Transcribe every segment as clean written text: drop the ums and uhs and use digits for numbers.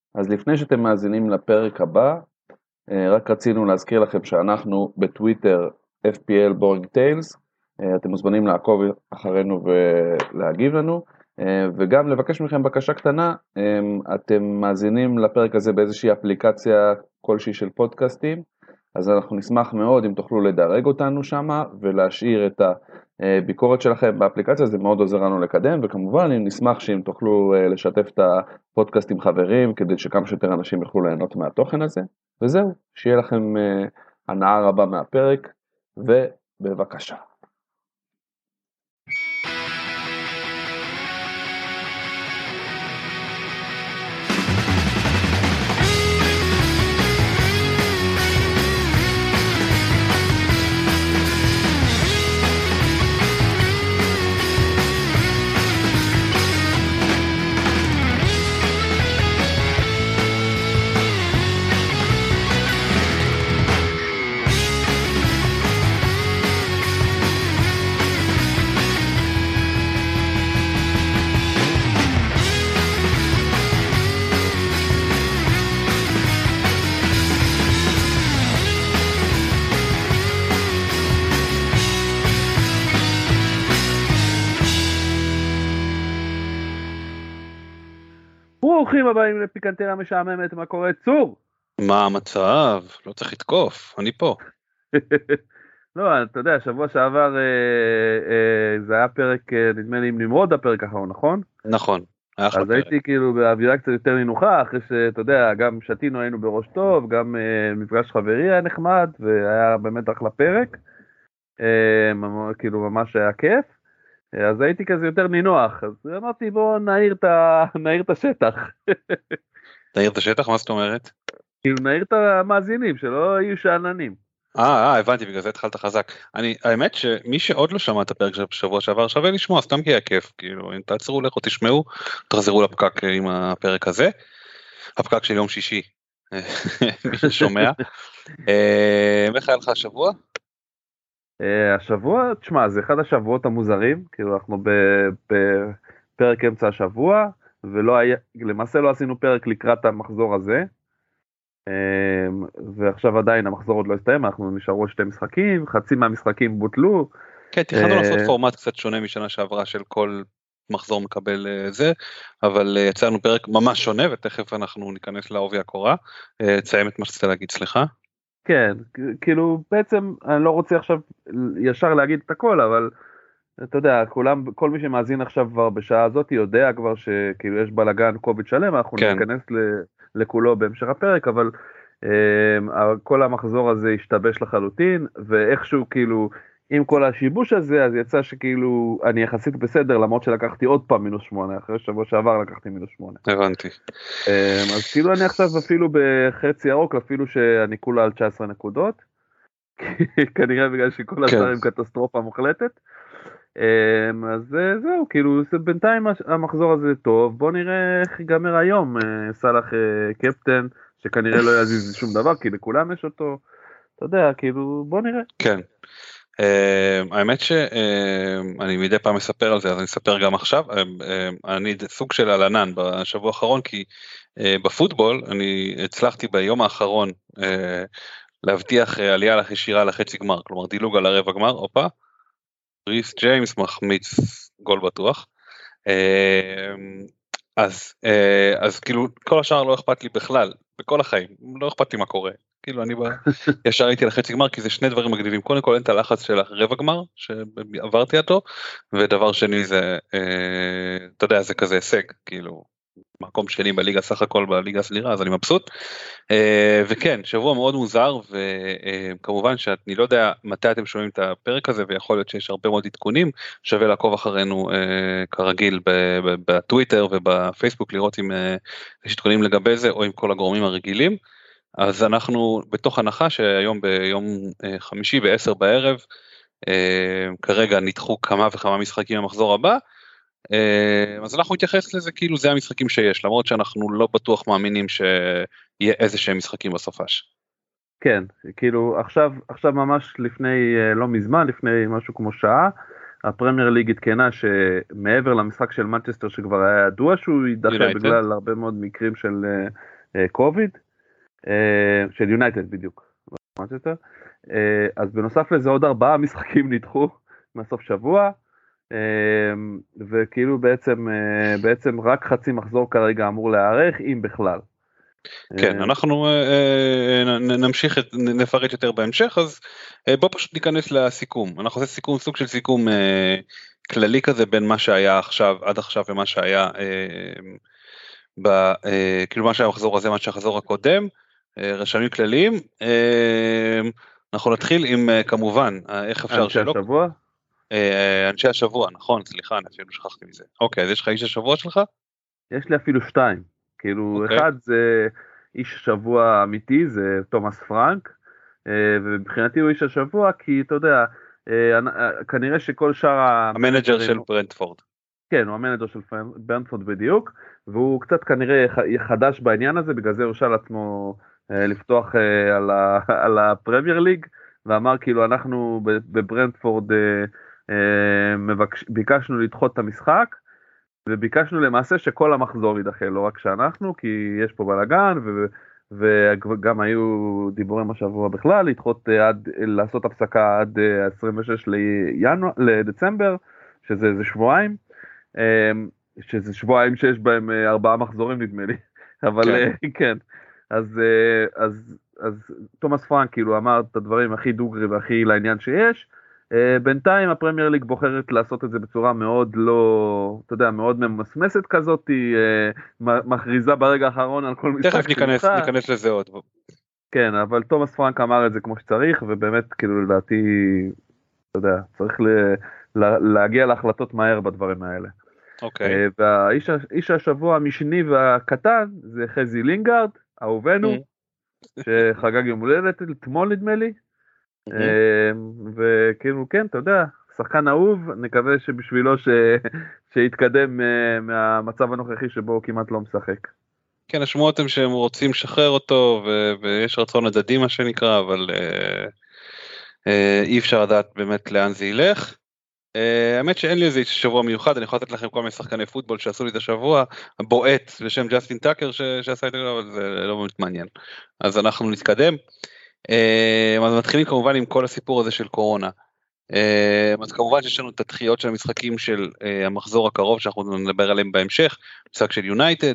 אז לפני שאתם מאזינים לפרק הבא, רק רצינו להזכיר לכם שאנחנו בטוויטר FPL Boring Tales, אתם מוזמנים לעקוב אחרינו ולהגיב לנו, וגם לבקש מכם בקשה קטנה, אתם מאזינים לפרק הזה באיזושהי אפליקציה כלשהי של פודקאסטים, אז אנחנו נשמח מאוד אם תוכלו לדרג אותנו שם ולהשאיר את הביקורת שלכם באפליקציה, זה מאוד עוזר לנו לקדם, וכמובן נשמח שאם תוכלו לשתף את הפודקאסט עם חברים, כדי שכמה שיותר אנשים יוכלו ליהנות מהתוכן הזה, וזהו, שיהיה לכם הנאה רבה מהפרק, ובבקשה. ברוכים הבאים לפיקנטריה משעממת, מה קורה צור? מה המצב? לא צריך לתקוף, אני פה. לא, אתה יודע, שבוע שעבר זה היה פרק, נדמה לי עם נמרוד הפרק האחרון, נכון? נכון, היה אחלה אז פרק. הייתי כאילו באווירה קצת יותר נינוחה, אחרי שאתה יודע, גם שתינו היינו בראש טוב, גם מפגש חברי היה נחמד, והיה באמת אחלה פרק, כאילו ממש היה כיף. אז הייתי כזה יותר נינוח, אז אמרתי בוא נעיר את השטח. תעיר את השטח, מה זאת אומרת? כאילו נעיר את המאזינים, שלא יהיו שאננים. הבנתי, בגלל זה התחלת חזק. האמת שמי שעוד לא שמע את הפרק של שבוע שעבר, שווה לשמוע, סתם כי היה כיף, כאילו, אם תעצרו לכו תשמעו, תחזרו לפקק עם הפרק הזה, הפקק של יום שישי, מי ששומע. איך היה לך השבוע? השבוע, תשמע, זה אחד השבועות המוזרים, כאילו אנחנו בפרק אמצע השבוע, ולמעשה לא עשינו פרק לקראת המחזור הזה, ועכשיו עדיין המחזור עוד לא הסתיים, אנחנו נשארו שתי משחקים, חצי מהמשחקים בוטלו. כן, תכננו לעשות פורמט קצת שונה משנה שעברה של כל מחזור מקבל זה, אבל יצאנו פרק ממש שונה, ותכף אנחנו ניכנס לעובי הקורה. תסיים את מה שצריך להגיד, סליחה. כן, כאילו בעצם אני לא רוצה עכשיו ישר להגיד את הכל, אבל אתה יודע, כל מי שמאזין עכשיו כבר בשעה הזאת יודע כבר שכאילו יש בלגן קוביד שלם, אנחנו ניכנס לכולו בהמשך הפרק, אבל כל המחזור הזה השתבש לחלוטין, ואיכשהו כאילו עם כל השיבוש הזה, אז יצא שכאילו אני יחסית בסדר, למרות שלקחתי עוד פעם -8, אחרי שבוע שעבר לקחתי -8. הבנתי. אז כאילו אני עכשיו אפילו בחצי ירוק, אפילו שאני כולה על 19 נקודות, כנראה בגלל שכל השאר עם קטסטרופה מוחלטת. אז זהו, כאילו בינתיים המחזור הזה טוב, בוא נראה איך ייגמר היום. סלח קפטן, שכנראה לא יזיז שום דבר, כי לכולם יש אותו, אתה יודע, כאילו בוא נראה. כן. האמת שאני מדי פעם מספר על זה, אז אני אספר גם עכשיו. אני סוג של הלנן בשבוע האחרון, כי בפוטבול אני הצלחתי ביום האחרון להבטיח עלייה ישירה לחצי גמר, כלומר דילוג על הרבע גמר. אופה, ריס ג'יימס מחמיץ גול בטוח. אז כאילו כל השאר לא אכפת לי בכלל, בכל החיים, לא אכפת לי מה קורה. כאילו אני ישר הייתי לחצי גמר, כי זה שני דברים מגניבים. קודם כל אין את הלחץ של הרבע גמר שעברתי אותו, ודבר שני זה, אתה יודע, זה כזה הישג, כאילו מקום שני בליגה, סך הכל בליגה הסדירה, אז אני מבסוט. וכן, שבוע מאוד מוזר, וכמובן שאני לא יודע מתי אתם שומעים את הפרק הזה, ויכול להיות שיש הרבה מאוד עדכונים, שווה לעקוב אחרינו כרגיל בטוויטר ובפייסבוק, לראות אם יש עדכונים לגבי זה, או עם כל הגורמים הרגילים. אז אנחנו בתוך הנחה שהיום ביום חמישי ב-10 בערב, כרגע נדחו כמה וכמה משחקים במחזור הבא, אז אנחנו נתייחס לזה כאילו זה המשחקים שיש, למרות שאנחנו לא בטוח מאמינים שיהיה איזה שהם משחקים בסופש. כן, כאילו עכשיו ממש לפני, לא מזמן, לפני משהו כמו שעה, הפרמייר ליג התקנה שמעבר למשחק של מנצ'סטר שכבר היה ידוע שהוא יידחה בגלל הרבה מאוד מקרים של קוביד, של יונייטד בדיוק, אז בנוסף לזה עוד 4 משחקים נדחו מהסוף שבוע, וכאילו בעצם רק חצי מחזור כרגע אמור להיערך, אם בכלל. כן, אנחנו נמשיך, נפרט יותר בהמשך, אז בוא פשוט ניכנס לסיכום. אנחנו עושים סיכום, סוג של סיכום כללי כזה בין מה שהיה עכשיו, עד עכשיו ומה שהיה, כאילו מה שהיה המחזור הזה, מה שהחזור הקודם, רשמים כלליים. אנחנו נתחיל עם כמובן, איך אפשר אנשי שלא. השבוע? אנשי השבוע, נכון, סליחה, אני אפילו שכחתי מזה. אוקיי, אז יש לך איש השבוע שלך? יש לי אפילו 2, כאילו אחד זה איש השבוע אמיתי, זה תומאס פרנק, ובבחינתי הוא איש השבוע, כי אתה יודע, כנראה שכל שאר המנג'ר של ברנטפורד. כן, הוא המנג'ר של ברנטפורד בדיוק, והוא קצת כנראה חדש בעניין הזה, בגלל זה הוא שאל עצמו לפתוח על הפרמייר ליג, ואמר כאילו אנחנו בברנטפורד ביקשנו לדחות את המשחק, וביקשנו למעשה שכל המחזור יידחה, לא רק שאנחנו, כי יש פה בלגן, וגם היו דיבורים השבוע בכלל, לעשות הפסקה עד 26 לדצמבר, שזה שבועיים, שזה שבועיים שיש בהם 4 מחזורים נדמה לי, אבל כן, אז תומאס פרנק כאילו אמר את הדברים הכי דוגרי והכי לעניין שיש, בינתיים הפרמייר ליג בוחרת לעשות את זה בצורה מאוד לא, אתה יודע, מאוד ממסמסת כזאת, מכריזה ברגע האחרון על כל משחק. תכף ניכנס לזה עוד. כן, אבל תומאס פרנק אמר את זה כמו שצריך, ובאמת כאילו לדעתי, אתה יודע, צריך להגיע להחלטות מהר בדברים האלה. אוקיי. והאיש השבוע המשני והקטן זה חזי לינגארד, אהובנו, שחגג יום הולדת, אתמול נדמה לי, וכאילו כן, אתה יודע, שחקן אהוב, נקווה שבשבילו שיתקדם מהמצב הנוכחי שבו הוא כמעט לא משחק. כן, השמועות הם שהם רוצים לשחרר אותו, ויש רצון הדדי מה שנקרא, אבל אי אפשר לדעת באמת לאן זה ילך. האמת שאין לי איזה שבוע מיוחד, אני יכול לתת לכם כל מיני שחקני פוטבול שעשו לי את השבוע, בועט בשם ג'סטין טאקר שעשה את זה, אבל זה לא באמת מעניין. אז אנחנו נתקדם. אז מתחילים כמובן עם כל הסיפור הזה של קורונה. אז כמובן שיש לנו את הדחיות של המשחקים של המחזור הקרוב שאנחנו נדבר עליהם בהמשך, משחק של יונייטד,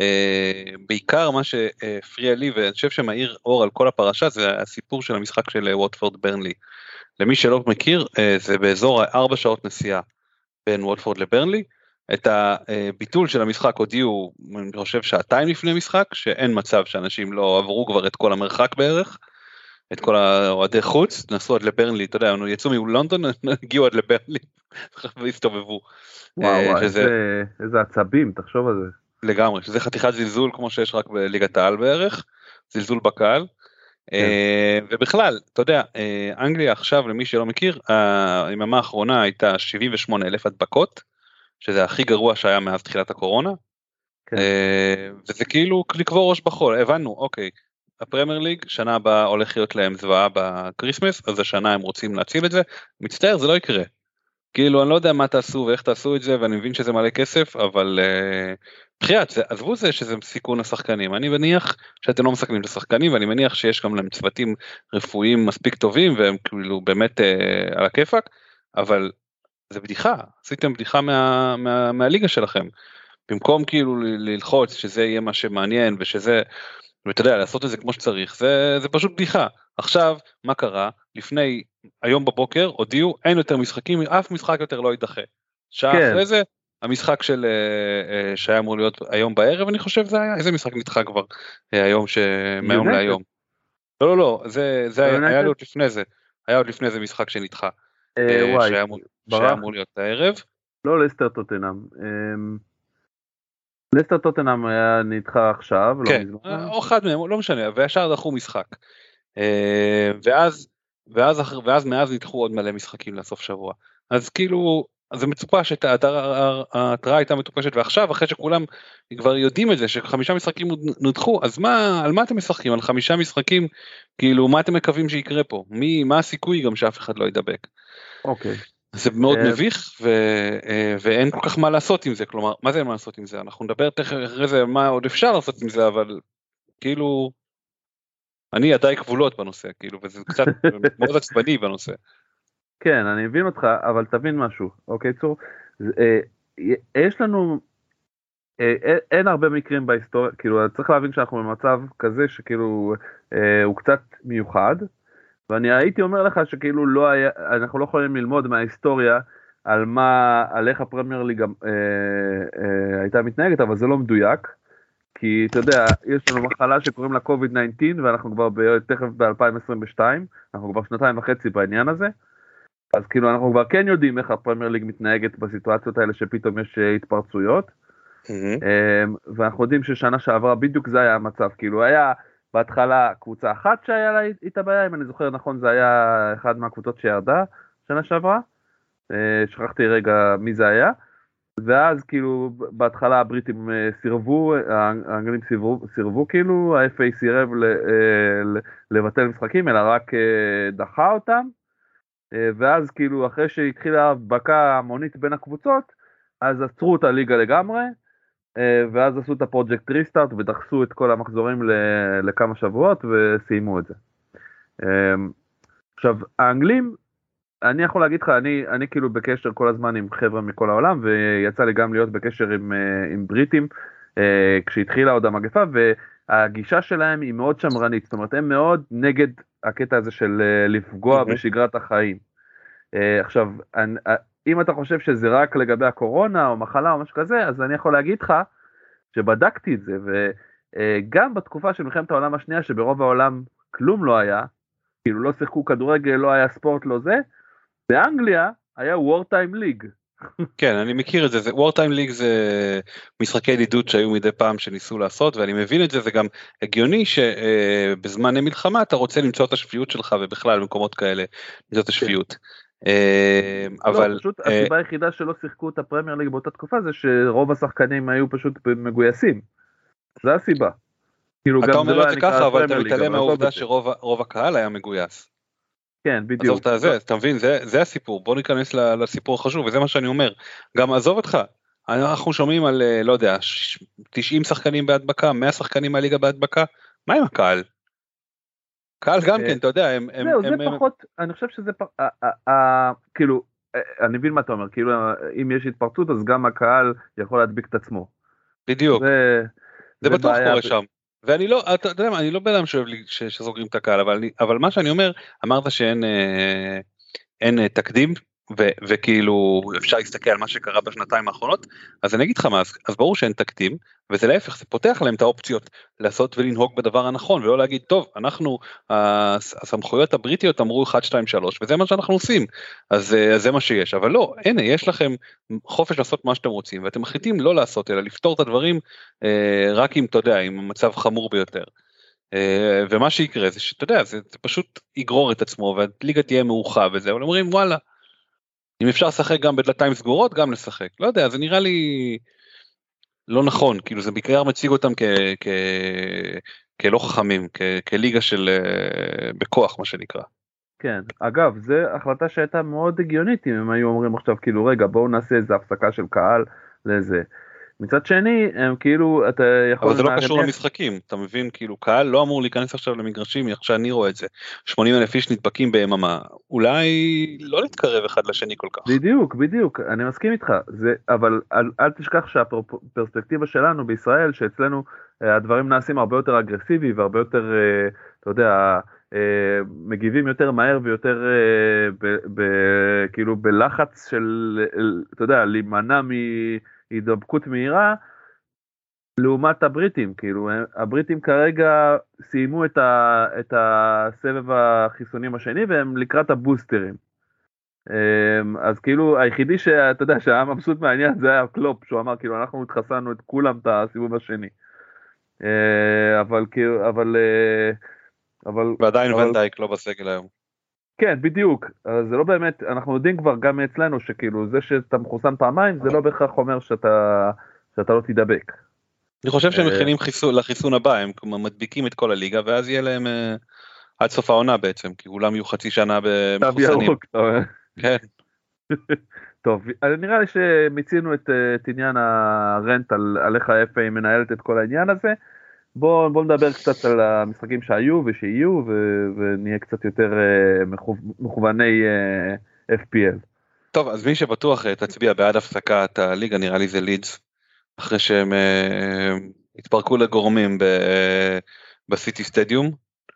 בעיקר מה שהפריע לי ואני חושב שמאיר אור על כל הפרשה זה הסיפור של המשחק של ווטפורד ברנלי. למי שלא מכיר, זה באזור 4 שעות נסיעה בין ווטפורד לברנלי, את הביטול של המשחק הודיעו, אני חושב 2 שעות לפני משחק, שאין מצב שאנשים לא עברו כבר את כל המרחק בערך, את כל האוהדי חוץ, נסו עד לברנלי, אתה יודע, יצאו מלונדון, הגיעו עד לברנלי, והסתובבו. וואו, איזה עצבים, תחשוב על זה. לגמרי, שזה חתיכת זלזול, כמו שיש רק בליגת העל בערך, זלזול בקהל. ובכלל, אתה יודע, אנגליה עכשיו, למי שלא מכיר, היממה האחרונה הייתה 78,000 הדבקות, שזה הכי גרוע שהיה מאז תחילת הקורונה, וזה כאילו לקבור ראש בחול, הבנו, אוקיי, הפרמייר ליג, שנה הבאה הולך להיות להם זוועה בקריסמס, אז השנה הם רוצים להציל את זה, מצטער, זה לא יקרה. כאילו, אני לא יודע מה תעשו ואיך תעשו את זה, ואני מבין שזה מלא כסף, אבל בחיית, עזבו זה שזה סיכון השחקנים. אני מניח שאתם לא מסכנים את השחקנים, ואני מניח שיש גם להם צוותים רפואיים מספיק טובים, והם כאילו באמת על הכיפק, אבל זה בדיחה, עשיתם בדיחה מהליגה שלכם. במקום כאילו ללחוץ שזה יהיה מה שמעניין, ושזה, ואתה יודע, לעשות את זה כמו שצריך, זה פשוט בדיחה. עכשיו, מה קרה? היום בבוקר הודיעו, אין יותר משחקים, אף משחק יותר לא יידחה. שעה אחרי זה, המשחק שהיה אמור להיות היום בערב, אני חושב זה היה, איזה משחק נדחה כבר היום, מהיום להיום. לא, זה היה עוד לפני זה, היה עוד לפני זה משחק שנדחה, שהיה אמור להיות הערב. לא לסטר טוטנהאם. לסטר טוטנהאם היה נדחה עכשיו, כן, או אחד מהם, לא משנה, וישר דחו משחק. ואז מאז נדחו עוד מלא משחקים לסוף שבוע. אז כאילו, זה מצופה שההתראה הייתה מטופשת, ועכשיו, אחרי שכולם כבר יודעים את זה, ש5 משחקים נדחו, אז על מה אתם משחקים? על 5 משחקים, כאילו, מה אתם מקווים שיקרה פה? מה הסיכוי גם שאף אחד לא ידבק? אוקיי. זה מאוד מביך, ואין כל כך מה לעשות עם זה, כלומר, מה זה מה לעשות עם זה? אנחנו נדבר תכף אחרי זה מה עוד אפשר לעשות עם זה, אבל כאילו, אני ידיי כבולות בנושא, כאילו, וזה קצת מאוד עצבני בנושא. כן, אני מבין אותך, אבל תבין משהו, אוקיי, צור? יש לנו, אין הרבה מקרים בהיסטוריה, כאילו, צריך להבין שאנחנו במצב כזה שכאילו, הוא קצת מיוחד, ואני הייתי אומר לך שכאילו לא היה, אנחנו לא יכולים ללמוד מההיסטוריה על איך הפרמייר ליג הייתה מתנהגת, אבל זה לא מדויק, כי אתה יודע, יש לנו מחלה שקוראים לה COVID-19, ואנחנו כבר תכף ב-2022, אנחנו כבר 2.5 בעניין הזה, אז כאילו אנחנו כבר כן יודעים איך הפרמייר ליג מתנהגת בסיטואציות האלה שפתאום יש התפרצויות, ואנחנו יודעים ששנה שעברה בדיוק זה היה המצב, כאילו היה בהתחלה קבוצה אחת שהיה לה איתה בעיה, אם אני זוכר נכון זה היה אחד מהקבוצות שירדה שנה שעברה, שכחתי רגע מי זה היה, ואז כאילו בהתחלה הבריטים סירבו, האנגלים סירבו כאילו, ה-FA סירב לבטל משחקים, אלא רק דחה אותם, ואז כאילו אחרי שהתחילה הבקה המונית בין הקבוצות, אז עצרו את הליגה לגמרי, ואז עשו את הפרויקט ריסטארט ודחסו את כל המחזורים לכמה שבועות וסיימו את זה. עכשיו, האנגלים, אני יכול להגיד לך, אני כאילו בקשר כל הזמן עם חבר'ה מכל העולם, ויצא לי גם להיות בקשר עם בריטים, כשהתחילה עוד המגפה, והגישה שלהם היא מאוד שמרנית, זאת אומרת, הם מאוד נגד הקטע הזה של לפגוע בשגרת החיים. עכשיו, אם אתה חושב שזה רק לגבי הקורונה או מחלה או משהו כזה, אז אני יכול להגיד לך שבדקתי את זה, וגם בתקופה של מלחמת העולם השנייה, שברוב העולם כלום לא היה, כאילו לא שיחקו כדורגל, לא היה ספורט, לא זה, באנגליה היה Wartime League. כן, אני מכיר את זה, Wartime League זה משחקי ידידות שהיו מדי פעם שניסו לעשות, ואני מבין את זה, זה גם הגיוני שבזמן מלחמה אתה רוצה למצוא את השפיות שלך, ובכלל במקומות כאלה למצוא את השפיות. אבל פשוט הסיבה היחידה שלא שיחקו את הפרמייר ליג באותה תקופה, זה שרוב השחקנים היו פשוט מגויסים. זה הסיבה. אתה אומר את זה ככה, אבל אתה מתעלם מהעובדה שרוב הקהל היה מגויס. כן, בדיוק. אתה מבין, זה הסיפור, בוא ניכנס לסיפור החשוב, וזה מה שאני אומר. גם עזוב אותך, אנחנו שומעים על, לא יודע, 90 שחקנים בהדבקה, 100 שחקנים מהליגה בהדבקה, מה עם הקהל? קהל גם כן, אתה יודע, זה פחות, אני חושב שזה, כאילו, אני מבין מה אתה אומר, כאילו, אם יש התפרצות, אז גם הקהל יכול להדביק את עצמו. בדיוק, זה בטוח קורה שם. ואני לא, אתה יודע מה, אני לא בן שאוהב לי שסוגרים את הקהל, אבל מה שאני אומר, אמרת שאין תקדים, וכאילו אפשר להסתכל על מה שקרה בשנתיים האחרונות, אז אני אגיד לך מה, אז ברור שאין תקדים, וזה להפך, זה פותח להם את האופציות לעשות ולנהוג בדבר הנכון, ולא להגיד, טוב, אנחנו, הסמכויות הבריטיות אמרו 1, 2, 3, וזה מה שאנחנו עושים, אז זה מה שיש, אבל לא, הנה, יש לכם חופש לעשות מה שאתם רוצים, ואתם מחליטים לא לעשות, אלא לפתור את הדברים, רק אם, אתה יודע, אם המצב חמור ביותר. ומה שיקרה זה שאתה יודע, זה פשוט יגרור את עצמו, והליגה תהיה מאוחה וזה, אבל אומרים, וואלה, אם אפשר לשחק גם בדלתיים סגורות, גם לשחק. לא יודע, זה נראה לי לא נכון, כאילו זה בעיקר מציג אותם כלא חכמים, כליגה של בכוח, מה שנקרא. כן, אגב, זו החלטה שהייתה מאוד הגיונית, אם הם היו אומרים עכשיו, כאילו, רגע, בואו נעשה איזו הפסקה של קהל לזה. מצד שני, הם כאילו, אתה יכול... אבל זה לא קשור למשחקים, אתה מבין, כאילו, קהל לא אמור להיכנס עכשיו למגרשים, איך שאני רואה את זה, 80,000 איש נדבקים ביממה, אולי לא להתקרב אחד לשני כל כך. בדיוק, אני מסכים איתך, אבל אל תשכח שהפרספקטיבה שלנו בישראל, שאצלנו הדברים נעשים הרבה יותר אגרסיבי, והרבה יותר, אתה יודע, מגיבים יותר מהר ויותר כאילו בלחץ של, אתה יודע, להימנע מהידבקות מהירה, לעומת הבריטים, כאילו, הבריטים כרגע סיימו את הסבב החיסונים השני, והם לקראת הבוסטרים. אז כאילו, היחידי שאתה יודע, שהיה מבסוט מהעניין, זה היה קלופ, שהוא אמר, כאילו, אנחנו התחסנו את כולם את הסיבוב השני. אבל כאילו, ועדיין ונדייק לא בסגל היום. כן, בדיוק. זה לא באמת, אנחנו יודעים כבר גם אצלנו, שכאילו, זה שאתה מחוסן פעמיים, זה לא בהכרח אומר שאתה לא תדבק. אני חושב שהם מכינים לחיסון הבא, הם מדביקים את כל הליגה, ואז יהיה להם עד סוף העונה בעצם, כי כולם יהיו חצי שנה במחוסנים. כן. טוב, נראה לי שמיצינו את עניין הרנט על איך ה-FA מנהלת את כל העניין הזה. בוא נדבר קצת על המשחקים שהיו ושיהיו, ונהיה קצת יותר מכווני FPL. טוב, אז מי שבטוח תצביע בעד הפסקת הליגה, נראה לי זה לידס, אחרי שהם התפרקו לגורמים בסיטי סטדיום,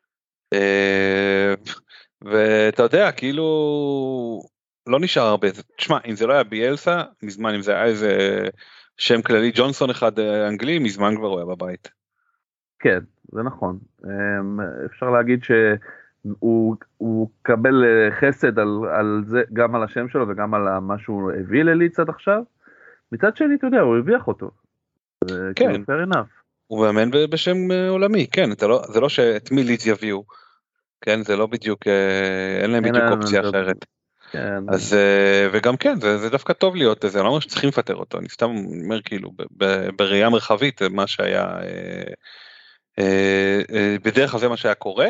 ואתה יודע, כאילו לא נשאר הרבה. תשמע, אם זה לא היה ביאלסה, מזמן, אם זה היה איזה שם כללי, ג'ונסון אחד אנגלי, מזמן כבר הוא היה בבית. כן, זה נכון. אפשר להגיד שהוא קבל חסד על זה, גם על השם שלו וגם על מה שהוא הביא ללידס עד עכשיו. מצד שני, אתה יודע, הוא הרוויח אותו. כן. fair enough. הוא מאמן בשם עולמי, כן, זה לא שאת מי לידס יביאו, כן, זה לא בדיוק, אין להם בדיוק אופציה אחרת. כן. אז, וגם כן, זה דווקא טוב להיות, זה לא אומר שצריכים לפטר אותו, אני סתם אומר כאילו, בראייה מרחבית, מה שהיה, בדרך כלל זה מה שהיה קורה.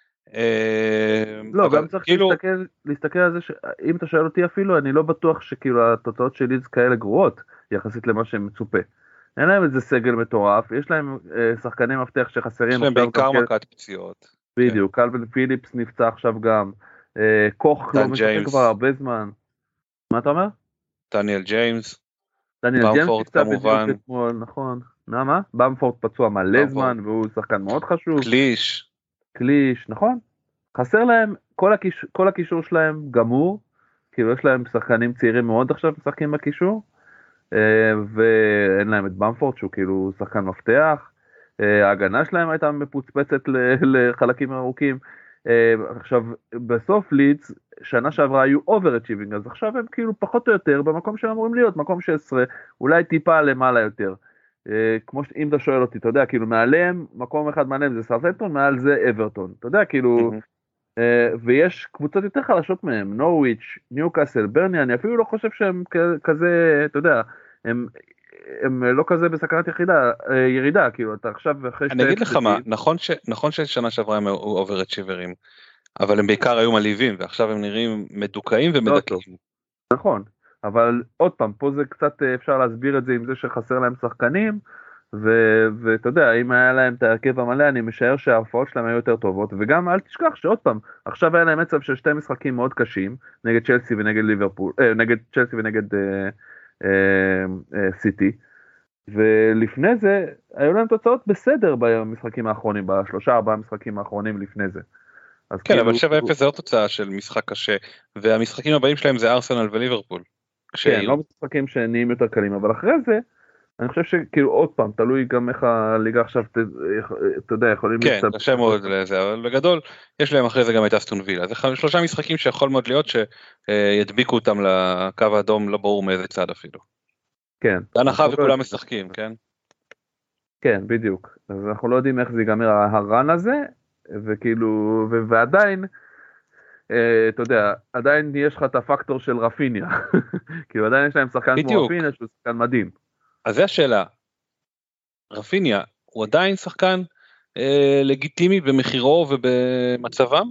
לא, גם צריך להסתכל על זה, אם אתה שואל אותי אפילו, אני לא בטוח שכאילו התוצאות של לידס כאלה גרועות, יחסית למה שמצופה. אין להם איזה סגל מטורף, יש להם שחקני מפתח שחסרים. יש להם בעיקר מכת פציעות. בדיוק, קלווין פיליפס נפצע עכשיו גם, קוך לא משחק כבר הרבה זמן. מה אתה אומר? דניאל ג'יימס. דניאל ג'יימס נפצע בדיוק אתמול, נכון. מה? במפורד פצוע מלא זמן, והוא שחקן מאוד חשוב. קליש, נכון. חסר להם, כל הקישור שלהם גמור, כאילו יש להם שחקנים צעירים מאוד עכשיו משחקים בקישור, ואין להם את במפורד שהוא כאילו שחקן מפתח, ההגנה שלהם הייתה מפוצפצת לחלקים ארוכים. עכשיו בסוף לידס שנה שעברה היו overachieving, אז עכשיו הם כאילו פחות או יותר במקום שהם אמורים להיות, מקום 16, אולי טיפה למעלה יותר, כמו אם אתה שואל אותי, אתה יודע, כאילו מעליהם, מקום אחד מעליהם זה סאות'המפטון, מעל זה אברטון, אתה יודע, כאילו, ויש קבוצות יותר חלשות מהם, נורוויץ', ניוקאסל, ברני, אני אפילו לא חושב שהם כזה, אתה יודע, הם לא כזה בסכנת ירידה, כאילו, אתה עכשיו אחרי אני אגיד לך מה, נכון ששנה שעברה הם אוברצ'יברים, אבל הם בעיקר היו מלהיבים, ועכשיו הם נראים מדוכאים ומדכאים. נכון, אבל עוד פעם, פה זה קצת אפשר להסביר את זה עם זה שחסר להם שחקנים, ואתה יודע, אם היה להם את ההרכב המלא, אני משער שההופעות שלהם היו יותר טובות, וגם אל תשכח שעוד פעם, עכשיו היה להם מצב של שתי משחקים מאוד קשים, נגד צ'לסי ונגד ליברפול, נגד צ'לסי ונגד סיטי, ולפני זה, היו להם תוצאות בסדר במשחקים האחרונים, ב3-4 משחקים האחרונים לפני זה. כן, אבל 7-0 זה לא תוצאה של משחק קשה, והמשחקים הבאים שלהם זה ארסנל וליברפול. כן, לא משחקים שנהיים יותר קלים, אבל אחרי זה, אני חושב שכאילו עוד פעם, תלוי גם איך הליגה עכשיו, אתה יודע, יכולים... כן, קשה מאוד לזה, אבל בגדול, יש להם אחרי זה גם את אסטון וילה. זה 3 משחקים שיכול מאוד להיות שידביקו אותם לקו האדום, לא ברור מאיזה צד אפילו. כן. בהנחה וכולם משחקים, כן? כן, בדיוק. אז אנחנו לא יודעים איך זה ייגמר הרן הזה, וכאילו, ועדיין, אתה יודע, עדיין יש לך את הפקטור של רפיניה. כאילו עדיין יש להם שחקן כמו רפיניה, שהוא שחקן מדהים. אז זו השאלה, רפיניה הוא עדיין שחקן לגיטימי במחירו ובמצבם?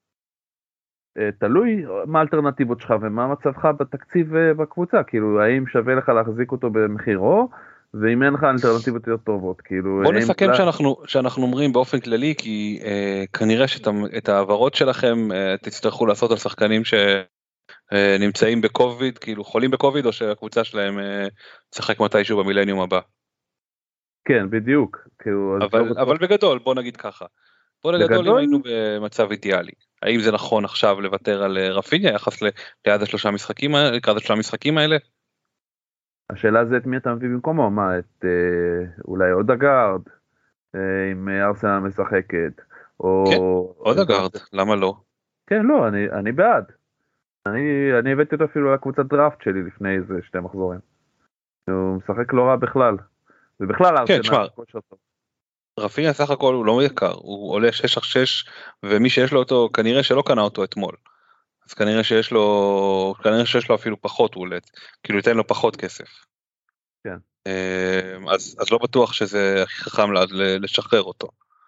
תלוי מה האלטרנטיבות שלך ומה מצבך בתקציב בקבוצה, כאילו האם שווה לך להחזיק אותו במחירו, ואם אין לך אלטרנטיבות יותר טובות, כאילו... בוא נסכם שאנחנו אומרים באופן כללי, כי כנראה שאת העברות שלכם תצטרכו לעשות על שחקנים שנמצאים בקוביד, כאילו חולים בקוביד, או שהקבוצה שלהם תשחק מתישהו במילניום הבא. כן, בדיוק. אבל בגדול, בוא נגיד ככה. בוא נגדול אם היינו במצב אידיאלי. האם זה נכון עכשיו לוותר על רפיניה, יחס ליד השלושה משחקים האלה? השאלה זה את מי אתה מביא במקומו, מה, את אולי אודגארד, עם ארסנל משחקת, או... כן, אודגארד, למה לא? כן, לא, אני בעד. אני הבאתי אותו אפילו לקבוצת דראפט שלי לפני איזה 2 מחזורים. הוא משחק לא רע בכלל. ובכלל ארסנל... כן, תשמע, רפיניה סך הכל הוא לא יקר, הוא עולה 6-6, ומי שיש לו אותו, כנראה שלא קנה אותו אתמול. אז כנראה שיש לו אפילו פחות, הוא עולה, כאילו ייתן לו פחות כסף. כן. אז לא בטוח שזה הכי חכם לשחרר אותו.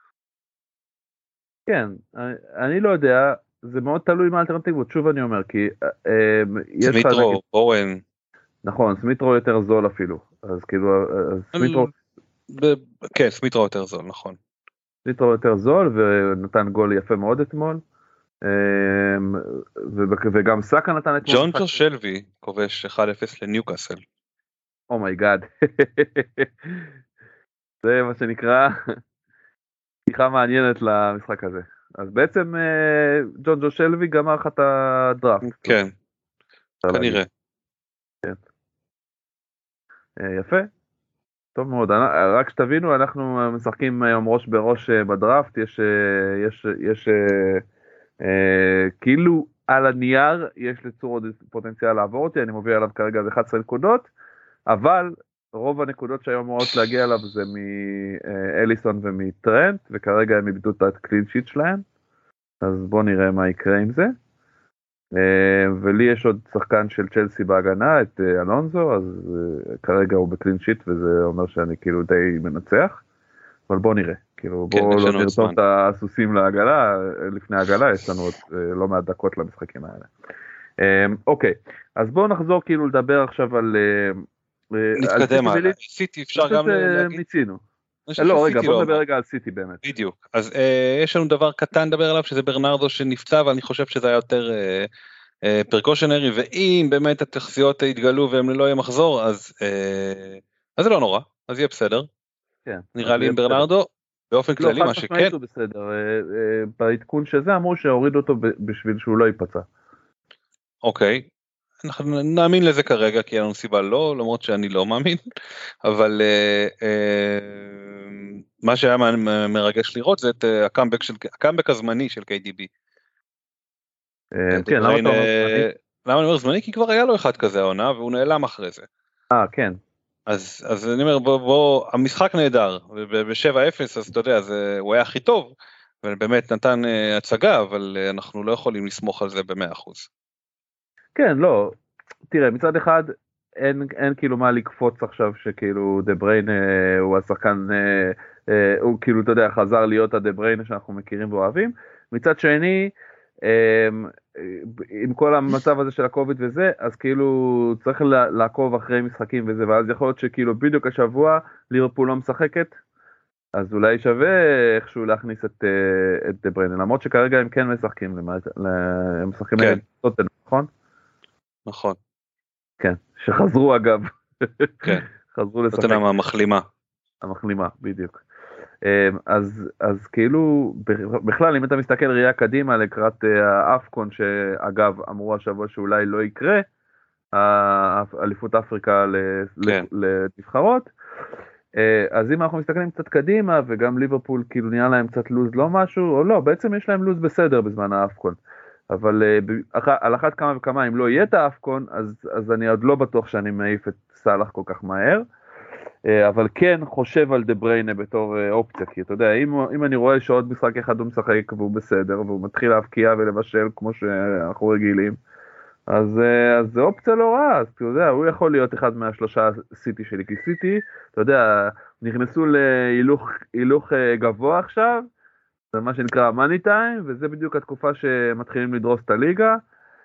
כן, אני לא יודע, זה מאוד תלוי מה האלטרנטיבות, שוב אני אומר, כי... סמיטרו, אורן. נכון, סמיטרו יותר זול אפילו, אז כאילו, סמיטרו... כן, סמיטרו יותר זול, נכון. ליטרו יותר זול, ונתן גול יפה מאוד אתמול. וגם סאקה נתן אתמול. ג'ונג'ו שלוי כובש 1-0 לניוקאסל. אומייגאד. זה מה שנקרא פתיחה מעניינת למשחק הזה. אז בעצם ג'ונג'ו שלוי גמר לך את הדראפט. כן, כנראה. כן. יפה. טוב מאוד, רק שתבינו, אנחנו משחקים היום ראש בראש בדראפט, יש כאילו על הנייר, יש לצור עוד פוטנציאל לעבור אותי, אני מוביל עליו כרגע 11 נקודות, אבל רוב הנקודות שהיום אמורות להגיע אליו זה מאליסון ומטרנט, וכרגע הם איבדו את הקלין שיט שלהם, אז בואו נראה מה יקרה עם זה. ולי יש עוד שחקן של צ'לסי בהגנה, את אלונזו, אז כרגע הוא בקלין שיט, וזה אומר שאני כאילו די מנצח, אבל בואו נראה, כאילו בואו לא נרתום את הסוסים לעגלה, לפני העגלה יש לנו עוד לא מעט דקות למשחקים האלה. אוקיי, אז בואו נחזור כאילו לדבר עכשיו על... נתקדם על סיטי, אפשר גם להגיד? מיצינו. לא, רגע, בוא נדבר רגע על סיטי באמת. בדיוק, אז יש לנו דבר קטן לדבר עליו, שזה ברנרדו שנפצע, ואני חושב שזה היה יותר פרקושנרי, ואם באמת התחזיות התגלו והם לא יהיה מחזור, אז זה לא נורא, אז יהיה בסדר. נראה לי עם ברנרדו, באופן כללי מה שכן. לא, חד משמעית הוא בסדר, בעדכון שזה אמרו שהוריד אותו בשביל שהוא לא ייפצע. אוקיי. אנחנו נאמין לזה כרגע, כי אין לנו סיבה לא, למרות שאני לא מאמין, אבל מה שהיה מרגש לראות זה את הקאמבק הזמני של KDB. כן, למה אתה אומר זמני? למה אני אומר זמני? כי כבר היה לו אחד כזה העונה, והוא נעלם אחרי זה. כן. אז אני אומר, בוא, המשחק נהדר, ב-7-0, אז אתה יודע, הוא היה הכי טוב, ובאמת נתן הצגה, אבל אנחנו לא יכולים לסמוך על זה ב-100%. כן, לא, תראה, מצד אחד אין כאילו מה לקפוץ עכשיו שכאילו דה בריין הוא השחקן, הוא כאילו, אתה יודע, חזר להיות הדה בריין שאנחנו מכירים ואוהבים. מצד שני, עם כל המצב הזה של הקוביד וזה, אז כאילו צריך לעקוב אחרי משחקים וזה, ואז יכול להיות שכאילו בדיוק השבוע ליברפול לא משחקת, אז אולי שווה איכשהו להכניס את דה בריין, למרות שכרגע הם כן משחקים, הם משחקים נגד טוטנהאם, נכון? נכון. כן, שחזרו אגב. כן. חזרו לשחק. טוטנהאם המחלימה. המחלימה, בדיוק. אז כאילו, בכלל, אם אתה מסתכל ראייה קדימה לקראת האפקון, שאגב אמרו השבוע שאולי לא יקרה, אליפות אפריקה לנבחרות, אז אם אנחנו מסתכלים קצת קדימה, וגם ליברפול כאילו נהיה להם קצת לוז לא משהו, או לא, בעצם יש להם לוז בסדר בזמן האפקון. אבל על אחת כמה וכמה, אם לא יהיה את האפקון, אז אני עוד לא בטוח שאני מעיף את סלאח כל כך מהר, אבל כן חושב על דה בריינה בתור אופציה, כי אתה יודע, אם אני רואה שעוד משחק אחד הוא משחק והוא בסדר, והוא מתחיל להבקיע ולבשל כמו שאנחנו רגילים, אז זה אופציה לא רעה, אז אתה יודע, הוא יכול להיות אחד מהשלושה סיטי שלי, כי סיטי, אתה יודע, נכנסו להילוך גבוה עכשיו, זה מה שנקרא מאני טיים, וזה בדיוק התקופה שמתחילים לדרוס את הליגה,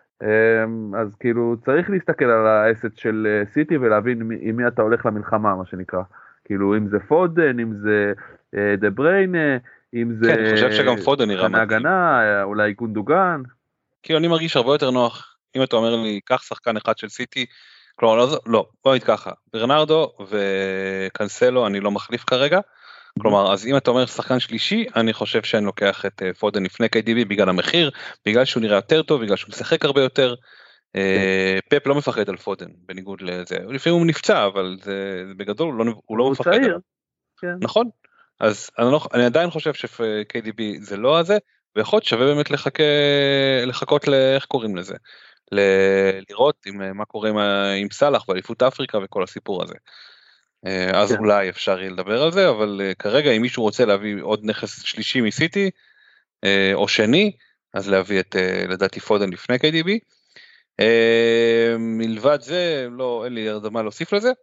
אז כאילו צריך להסתכל על האסט של סיטי ולהבין עם מי אתה הולך למלחמה, מה שנקרא, כאילו אם זה פודן, אם זה דה בריין, אם זה... כן, אני חושב שגם פודן נראה מתאים. הגנה, אולי גונדוגן. כאילו אני מרגיש הרבה יותר נוח, אם אתה אומר לי, קח שחקן אחד של סיטי, כלומר לא, בוא נגיד ככה, ברנרדו וקנסלו אני לא מחליף כרגע, כלומר, אז אם אתה אומר שחקן שלישי, אני חושב שאני לוקח את פודן לפני KDB בגלל המחיר, בגלל שהוא נראה יותר טוב, בגלל שהוא משחק הרבה יותר. פפ לא מפחד על פודן, בניגוד לזה. לפעמים הוא נפצע, אבל זה בגדול הוא לא מפחד עליו. נכון? אז אני עדיין חושב ש-KDB זה לא הזה, ויכול להיות שווה באמת לחכות איך קוראים לזה. לראות מה קורה עם סלאח באליפות אפריקה וכל הסיפור הזה. אז אולי אפשר לדבר על זה, אבל כרגע אם מישהו רוצה להביא עוד נכס שלישי מסיטי, או שני, אז להביא את לדעתי פודן לפני KDB. מלבד זה, לא, אין לי מה להוסיף לזה.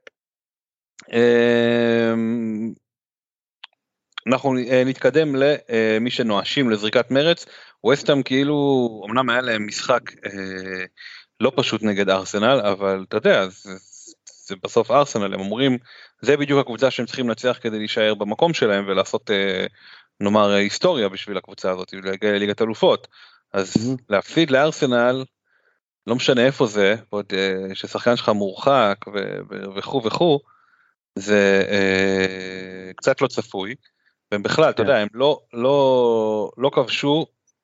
אנחנו נתקדם למי שנואשים לזריקת מרץ. ווסטהאם כאילו, אמנם היה להם משחק לא פשוט נגד ארסנל, אבל אתה יודע, זה בסוף ארסנל, הם אומרים, זה בדיוק הקבוצה שהם צריכים לנצח כדי להישאר במקום שלהם ולעשות נאמר היסטוריה בשביל הקבוצה הזאת, ליגת אלופות, אז להפסיד לארסנל, לא משנה איפה זה, ועוד ששחקן שלך מורחק וכו' וכו', זה קצת לא צפוי, והם בכלל, אתה יודע, הם לא כבשו,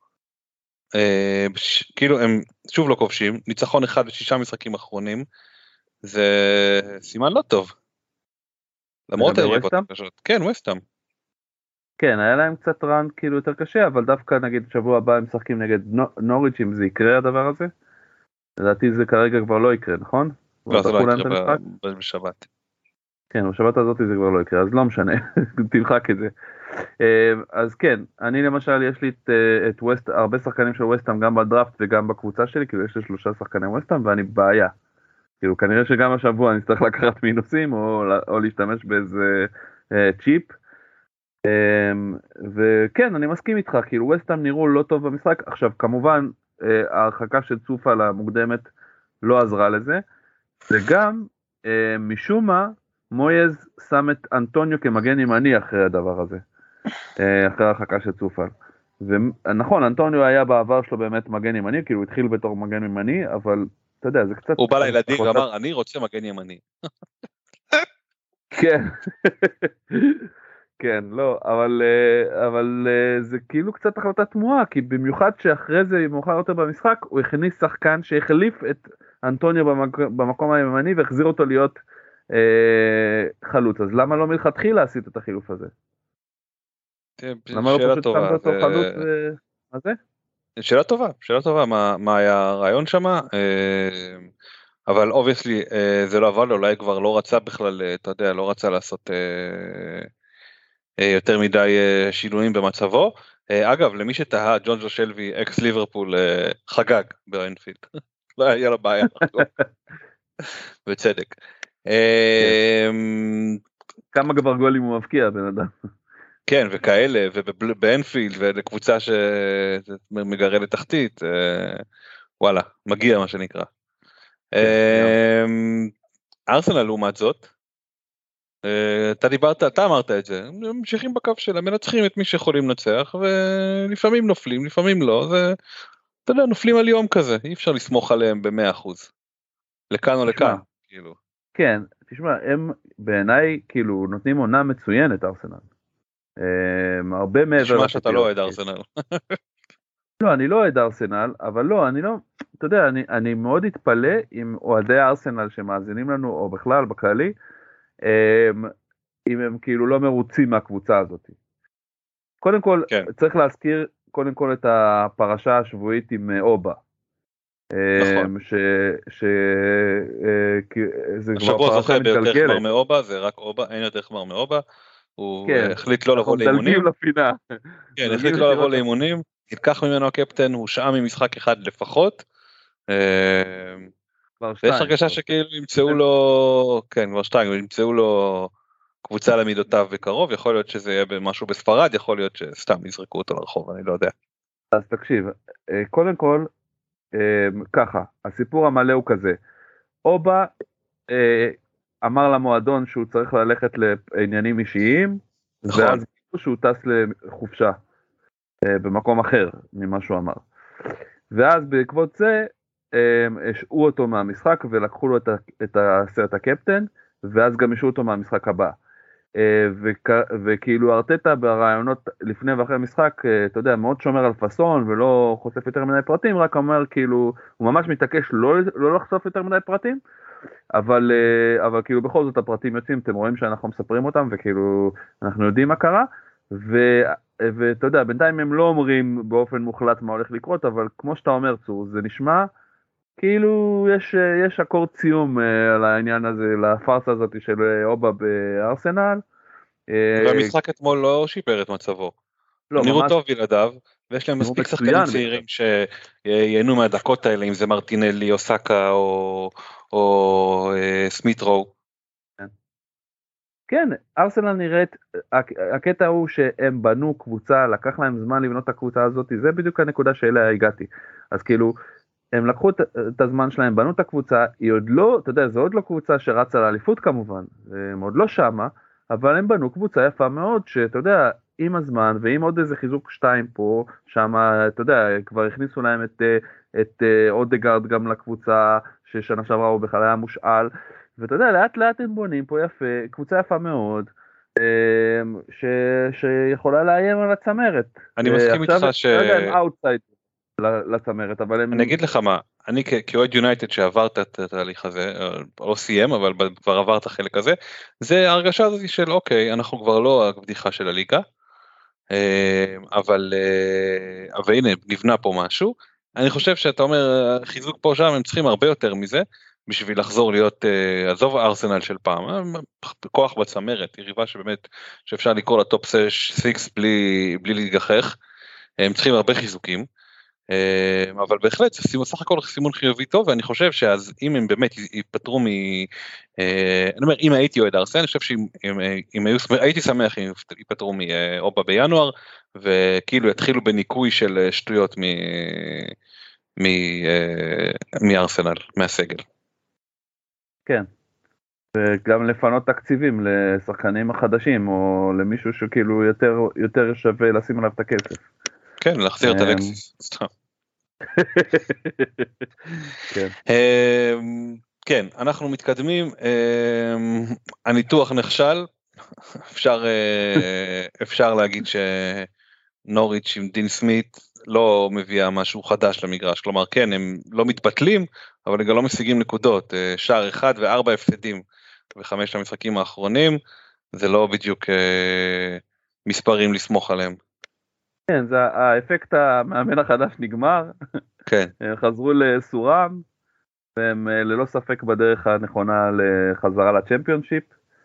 כאילו הם שוב לא כובשים, ניצחון אחד ב6 משחקים אחרונים, זה סימן לא טוב. למרות היריבות הקשות. כן, וסטהאם. כן, היה להם קצת רן כאילו יותר קשה, אבל דווקא נגיד שבוע הבא הם משחקים נגד נוריץ', אם זה יקרה הדבר הזה. לדעתי זה כרגע כבר לא יקרה, נכון? לא, זה לא יקרה בשבת. כן, בשבת הזאת זה כבר לא יקרה, אז לא משנה, תלחק את זה. אז כן, אני למשל יש לי את הרבה שחקנים של וסטהאם גם בדראפט וגם בקבוצה שלי, כאילו יש לי 3 שחקני וסטהאם ואני בעיה. כאילו כנראה שגם השבוע אני צריך לקחת מינוסים או להשתמש באיזה צ'יפ. וכן, אני מסכים איתך, כאילו וסטהאם נראו לא טוב במשחק. עכשיו כמובן ההרחקה של צופה למוקדמת לא עזרה לזה, וגם משום מה מויז שם את אנטוניו כמגן ימני אחרי הדבר הזה, אחרי ההרחקה של צופה. ונכון, אנטוניו היה בעבר שלו באמת מגן ימני, כאילו הוא התחיל בתור מגן ימני, אבל אתה יודע, זה קצת... הוא בא לילדים ואמר, אני רוצה מגן ימני. כן. כן, לא, אבל זה כאילו קצת החלטה תמוהה, כי במיוחד שאחרי זה, מאוחר יותר במשחק, הוא הכניס שחקן שהחליף את אנטוניו במקום הימני, והחזיר אותו להיות חלוץ. אז למה לא מלכתחילה עשית את החילוף הזה? למה לא פשוט שמת אותו חלוץ הזה? שאלה טובה, מה היה הרעיון שם? אבל obviously זה לא עבד, אולי כבר לא רצה בכלל, אתה יודע, לא רצה לעשות יותר מדי שינויים במצבו. אגב, למי שתהה, ג'ון שלוי, אקס ליברפול, חגג באנפילד. לא היה לו בעיה. בצדק. כמה כבר גולים הוא מבקיע, בן אדם. כן, וכאלה, ובאנפילד, ולקבוצה שמגרדת תחתית, וואלה, מגיע מה שנקרא. ארסנל לעומת זאת, אתה אמרת את זה, הם ממשיכים בקו שלהם, מנצחים את מי שיכולים לנצח, ולפעמים נופלים, לפעמים לא, אתה יודע, נופלים על יום כזה, אי אפשר לסמוך עליהם ב100%, לכאן או לכאן, כאילו. כן, תשמע, הם בעיניי, כאילו, נותנים עונה מצוינת, ארסנל. הרבה מעבר... תשמע שאתה לא אוהד ארסנל. לא, אני לא אוהד ארסנל, אבל לא, אני לא, אתה יודע, אני מאוד אתפלא עם אוהדי ארסנל שמאזינים לנו, או בכלל, בכללי, אם הם כאילו לא מרוצים מהקבוצה הזאת. קודם כל, כן. צריך להזכיר קודם כל את הפרשה השבועית עם אובה. נכון. זה השבוע זוכה ביותר חמר מאובה, זה רק אובה, אין יותר חמר מאובה, הוא החליט לא לבוא לאימונים. כן, החליט לא לבוא לאימונים, נלקח ממנו הקפטן, הוא שעה ממשחק אחד לפחות, ויש הרגשה שכאילו ימצאו לו, כן, כבר 2, ימצאו לו קבוצה למידותיו בקרוב, יכול להיות שזה יהיה משהו בספרד, יכול להיות שסתם יזרקו אותו לרחוב, אני לא יודע. אז תקשיב, קודם כל, ככה, הסיפור המלא הוא כזה, אובה אמר למועדון שהוא צריך ללכת לעניינים אישיים, ואז שהוא טס לחופשה, במקום אחר ממה שהוא אמר. ואז בעקבות זה, השעו אותו מהמשחק ולקחו לו את הסרט הקפטן, ואז גם השעו אותו מהמשחק הבא. וכאילו ארטטה ברעיונות לפני ואחרי המשחק, אתה יודע, מאוד שומר על פסון ולא חושף יותר מדי פרטים, רק אומר כאילו, הוא ממש מתעקש לא לחשוף יותר מדי פרטים, אבל כאילו בכל זאת הפרטים יוצאים, אתם רואים שאנחנו מספרים אותם וכאילו אנחנו יודעים מה קרה, ואתה יודע, בינתיים הם לא אומרים באופן מוחלט מה הולך לקרות, אבל כמו שאתה אומר צור, זה נשמע כאילו יש אקורד סיום על העניין הזה, לפרסה הזאת של אובה בארסנל. והמשחק אתמול לא שיפר את מצבו. נראו טוב בלעדיו, ויש להם מספיק שחקנים צעירים שייהנו מהדקות האלה, אם זה מרטינלי או סאקה או סמית'רו. כן, ארסנל נראית, הקטע הוא שהם בנו קבוצה, לקח להם זמן לבנות את הקבוצה הזאת, זה בדיוק הנקודה שאליה הגעתי. אז כאילו, הם לקחו את הזמן שלהם, בנו את הקבוצה, היא עוד לא, אתה יודע, זו עוד לא קבוצה שרצה לאליפות כמובן, הם עוד לא שמה, אבל הם בנו קבוצה יפה מאוד, שאתה יודע, עם הזמן, ועם עוד איזה חיזוק 2 פה, שם, אתה יודע, כבר הכניסו להם את אודגרד גם לקבוצה, ששנה שעברה הוא בכלל היה מושאל, ואתה יודע, לאט לאט הם בונים פה יפה, קבוצה יפה מאוד, שיכולה לאיים על הצמרת. אני מסכים איתך ש... עכשיו, הם אאוטסייד לצמרת, אבל הם... אני אגיד לך מה, אני כאוהד יונייטד שעברת את התהליך הזה, לא סיים, אבל כבר עבר את החלק הזה, זה ההרגשה הזאת של אוקיי, אנחנו כבר לא הבדיחה של הליגה, אבל הנה, נבנה פה משהו, אני חושב שאתה אומר, חיזוק פה שם, הם צריכים הרבה יותר מזה, בשביל לחזור להיות, עזוב ארסנל של פעם, כוח בצמרת, יריבה שבאמת, שאפשר לקרוא לטופ 6 בלי להיגחך, הם צריכים הרבה חיזוקים, אבל בהחלט זה סך הכל סימון חיובי טוב, ואני חושב שאז אם הם באמת ייפטרו אני אומר אם הייתי אוהד ארסנל, אני חושב הייתי שמח אם ייפטרו מאובה בינואר, וכאילו יתחילו בניקוי של שטויות מארסנל, מהסגל. כן, וגם לפנות תקציבים לשחקנים החדשים, או למישהו שכאילו יותר שווה לשים עליו את הכסף. כן, להחזיר את אלקסיס, סתם. כן, אנחנו מתקדמים, הניתוח נכשל, אפשר להגיד שנוריץ' עם דין סמית לא מביאה משהו חדש למגרש, כלומר כן, הם לא מתבטלים, אבל הם גם לא משיגים נקודות, שער 1 ו4 הפסדים ב5 המשחקים האחרונים, זה לא בדיוק מספרים לסמוך עליהם. כן, זה האפקט המאמן החדש נגמר, כן. הם חזרו לסורם, והם ללא ספק בדרך הנכונה לחזרה לצ'מפיונשיפ.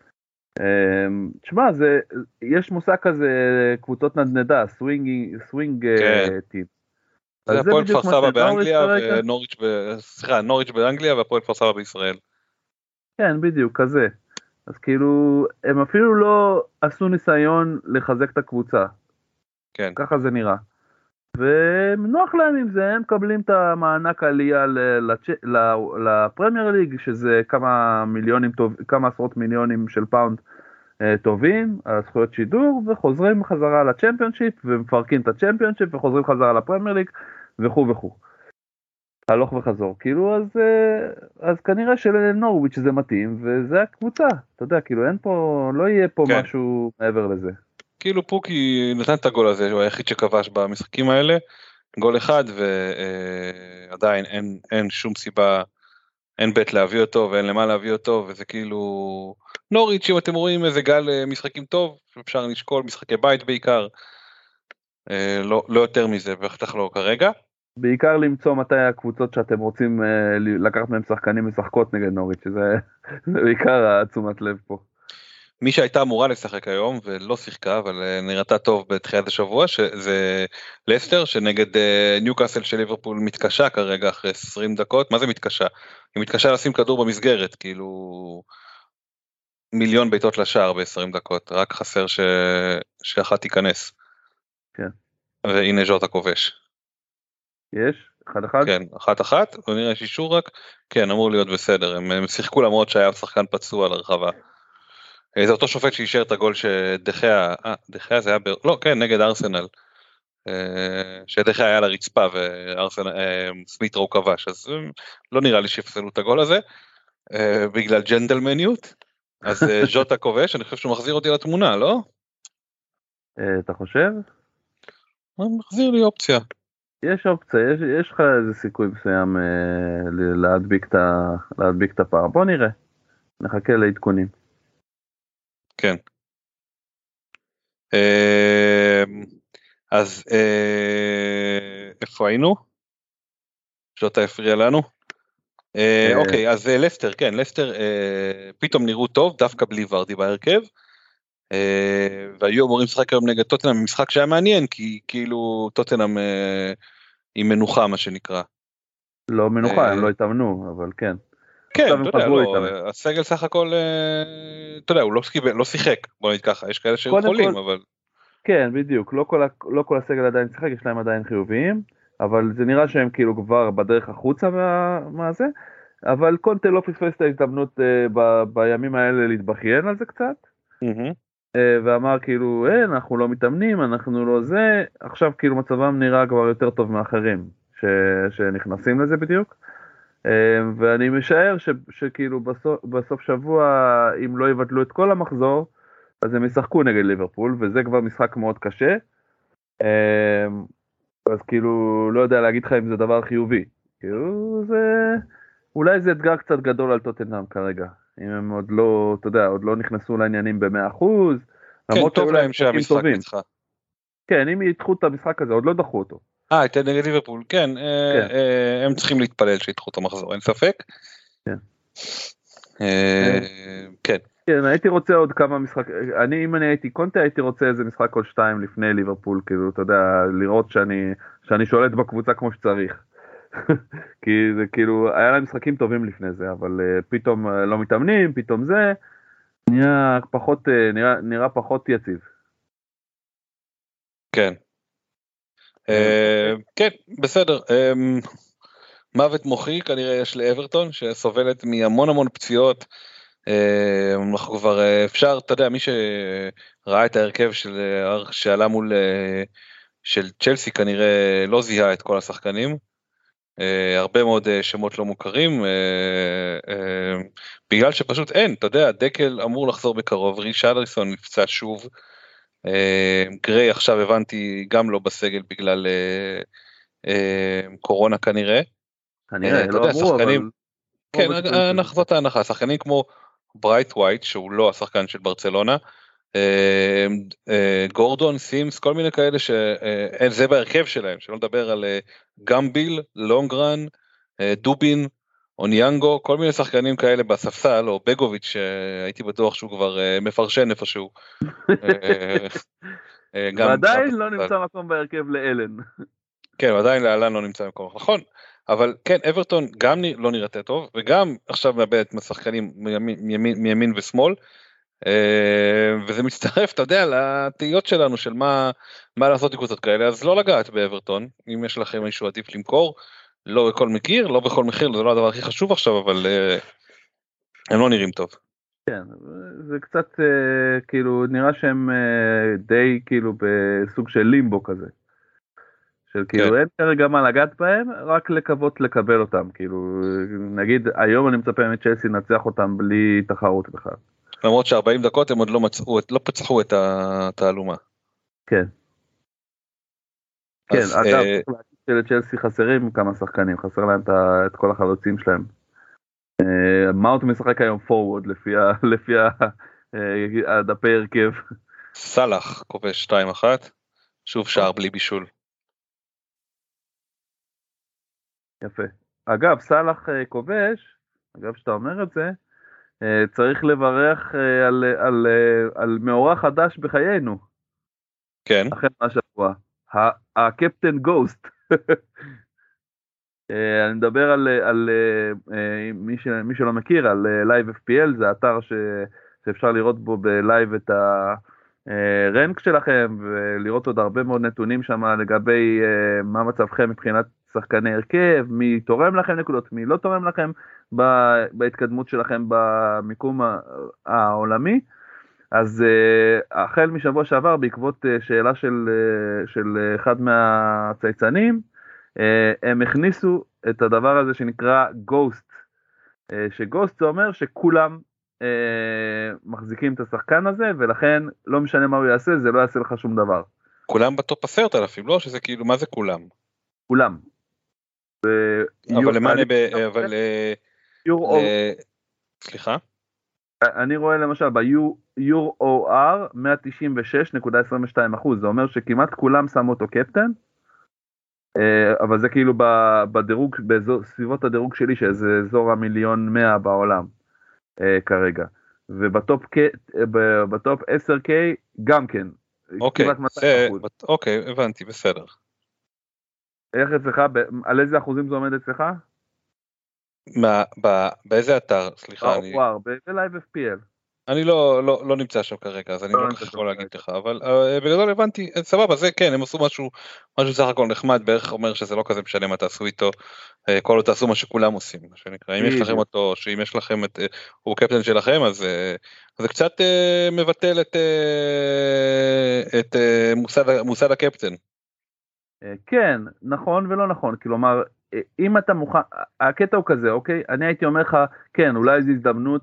תשמע, יש מושג כזה, קבוצות נדנדה, סווינג טים. זה הפועל כפר סבא באנגליה, נוריץ' באנגליה והפועל כפר סבא בישראל. כן, בדיוק, כזה. אז כאילו, הם אפילו לא עשו ניסיון לחזק את הקבוצה. כן. ככה זה נראה. ונוח להם עם זה, הם מקבלים את המענק העלייה לפרמייר ליג, שזה כמה עשרות מיליונים של פאונד טובים, על הזכויות שידור, וחוזרים חזרה לצ'מפיונשיפ, ומפרקים את הצ'מפיונשיפ, וחוזרים חזרה לפרמייר ליג, וכו' וכו'. הלוך וחזור. כאילו, אז כנראה שלנורוויץ' זה מתאים, וזה הקבוצה. אתה יודע, כאילו, לא יהיה פה משהו מעבר לזה. כאילו פוקי נתן את הגול הזה, הוא היחיד שכבש במשחקים האלה, גול אחד, ועדיין אין שום סיבה, אין בית להביא אותו, ואין למה להביא אותו, וזה כאילו, נוריץ' אם אתם רואים איזה גל משחקים טוב, אפשר לשקול, משחקי בית בעיקר, לא יותר מזה, בטח לא כרגע. בעיקר למצוא מתי הקבוצות שאתם רוצים לקחת מהם שחקנים משחקות נגד נוריץ', שזה בעיקר התשומת לב פה. מי שהייתה אמורה לשחק היום ולא שיחקה, אבל נראתה טוב בתחילת השבוע, שזה לסטר, שנגד ניוקאסל של ליברפול מתקשה כרגע אחרי 20 דקות. מה זה מתקשה? היא מתקשה לשים כדור במסגרת, כאילו מיליון בעיטות לשער ב-20 דקות, רק חסר שאחת תיכנס. כן. והנה ז'וטה כובש. יש? 1-1? כן, 1-1, ונראה שישור רק, כן, אמור להיות בסדר, הם שיחקו למרות שהיה שחקן פצוע לרחבה. זה אותו שופט שאישר את הגול שדחיה זה היה, לא, כן, נגד ארסנל, שדחיה היה לרצפה וסמית'רו כבש, אז לא נראה לי שיפסלו את הגול הזה, בגלל ג'נטלמניות, אז ז'וטה כובש, אני חושב שהוא מחזיר אותי לתמונה, לא? אתה חושב? מחזיר לי אופציה. יש אופציה, יש לך איזה סיכוי מסוים להדביק את הפער, בוא נראה, נחכה לעדכונים. כן. אז איפה היינו? ז'וטה הפריע לנו. אוקיי, אז לסטר, כן, לסטר פתאום נראו טוב, דווקא בלי ורדי בהרכב, והיו אמורים לשחק היום נגד טוטנהאם, משחק שהיה מעניין, כי כאילו טוטנהאם היא מנוחה, מה שנקרא. לא מנוחה, הם לא התאמנו, אבל כן. כן, אתה יודע, הסגל סך הכל, אתה יודע, הוא לא שיחק, בוא נגיד ככה, יש כאלה שיכולים, אבל... כן, בדיוק, לא כל הסגל עדיין שיחק, יש להם עדיין חיוביים, אבל זה נראה שהם כאילו כבר בדרך החוצה מהזה, אבל קונטה לא פספס את ההזדמנות בימים האלה להתבכיין על זה קצת, ואמר כאילו, אין, אנחנו לא מתאמנים, אנחנו לא זה, עכשיו כאילו מצבם נראה כבר יותר טוב מאחרים שנכנסים לזה בדיוק. ואני משער שכאילו בסוף שבוע, אם לא יבטלו את כל המחזור, אז הם ישחקו נגד ליברפול, וזה כבר משחק מאוד קשה. אז כאילו, לא יודע להגיד לך אם זה דבר חיובי. כאילו, אולי זה אתגר קצת גדול על טוטנהאם כרגע. אם הם עוד לא, אתה יודע, עוד לא נכנסו לעניינים ב-100%. כן, טוב להם שהמשחק נצחה. כן, אם ידחו את המשחק הזה, עוד לא דחו אותו. נגד ליברפול, כן, הם צריכים להתפלל שידחו את המחזור, אין ספק. כן. כן. כן, הייתי רוצה עוד כמה משחק, אם אני הייתי קונטה, הייתי רוצה איזה משחק או 2 לפני ליברפול, כאילו, אתה יודע, לראות שאני שולט בקבוצה כמו שצריך. כי זה כאילו, היה להם משחקים טובים לפני זה, אבל פתאום לא מתאמנים, פתאום זה, נראה פחות יציב. כן. כן, בסדר. מוות מוחי כנראה יש לאברטון, שסובלת מהמון פציעות. אנחנו כבר אפשר, אתה יודע, מי שראה את ההרכב שעלה מול של צ'לסי כנראה לא זיהה את כל השחקנים. הרבה מאוד שמות לא מוכרים, בגלל שפשוט אין, אתה יודע, דקל אמור לחזור בקרוב, רישרליסון נפצע שוב, גריי עכשיו הבנתי גם לא בסגל בגלל קורונה כנראה. כנראה, לא אמרו, אבל... כן, זאת ההנחה, שחקנים כמו ברייט ווייט, שהוא לא השחקן של ברצלונה, גורדון, סימס, כל מיני כאלה שאין זה בהרכב שלהם, שלא לדבר על גמביל, לונגרן, דובין, אוניאנגו, כל מיני שחקנים כאלה בספסל, או בגוביץ' שהייתי בטוח שהוא כבר מפרשן איפשהו. ועדיין לא נמצא מקום בהרכב לאלן. כן, ועדיין לאלן לא נמצא מקום, נכון. אבל כן, אברטון גם לא נראתה טוב, וגם עכשיו מאבדת משחקנים מימין ושמאל, וזה מצטרף, אתה יודע, לתהיות שלנו של מה לעשות לקבוצות כאלה, אז לא לגעת באברטון, אם יש לכם מישהו עדיף למכור, לא בכל מחיר, לא בכל מחיר, זה לא הדבר הכי חשוב עכשיו, אבל הם לא נראים טוב. כן, זה קצת כאילו, נראה שהם די כאילו בסוג של לימבו כזה. של כאילו אין כרגע מה לגעת בהם, רק לקוות לקבל אותם, כאילו נגיד היום אני מצפה מצ'לסי נצח אותם בלי תחרות בכלל. למרות ש40 דקות הם עוד לא פצחו את התעלומה. כן. כן, אגב, שלצ'לסי חסרים כמה שחקנים, חסר להם את כל החלוצים שלהם. מאונט משחק היום פורוורד לפי הדפי הרכב. סלח כובש 2-1, שוב שער בלי בישול. יפה. אגב, סלח כובש, אגב שאתה אומר את זה, צריך לברך על מאורע חדש בחיינו. כן. אחרי מהשבוע. הקפטן גוסט. אני מדבר על מי שלא מכיר, על Live FPL, זה אתר שאפשר לראות בו בלייב את הרנק שלכם, ולראות עוד הרבה מאוד נתונים שם לגבי מה מצבכם מבחינת שחקני הרכב, מי תורם לכם נקודות, מי לא תורם לכם בהתקדמות שלכם במיקום העולמי. אז החל משבוע שעבר, בעקבות שאלה של אחד מהצייצנים, הם הכניסו את הדבר הזה שנקרא גוסט, שגוסט זה אומר שכולם מחזיקים את השחקן הזה, ולכן לא משנה מה הוא יעשה, זה לא יעשה לך שום דבר. כולם בטופ 10,000, לא? שזה כאילו, מה זה כולם? כולם. אבל למעלה סליחה? אני רואה למשל ב-UROR 196.22%, זה אומר שכמעט כולם שמו אותו קפטן, אבל זה כאילו בדירוג, בסביבות הדירוג שלי, שזה אזור 1,100,000 בעולם כרגע, ובטופ 10K גם כן, כמעט 200%. אוקיי, הבנתי, בסדר. איך אצלך, על איזה אחוזים זה עומד אצלך? באיזה אתר? סליחה. ב-Live FPL. אני לא נמצא שם כרגע, אז אני לא כך יכול להגיד לך, אבל בגדול הבנתי, סבבה, זה כן, הם עשו משהו סך הכל נחמד, בערך אומר שזה לא כזה משנה מה תעשו איתו, כל עוד תעשו מה שכולם עושים, מה שנקרא, אם יש לכם אותו, שאם יש לכם הוא קפטן שלכם, אז זה קצת מבטל את מוסד הקפטן. כן, נכון ולא נכון, כלומר, אם אתה מוכן, הקטע הוא כזה, אוקיי? אני הייתי אומר לך, כן, אולי זו הזדמנות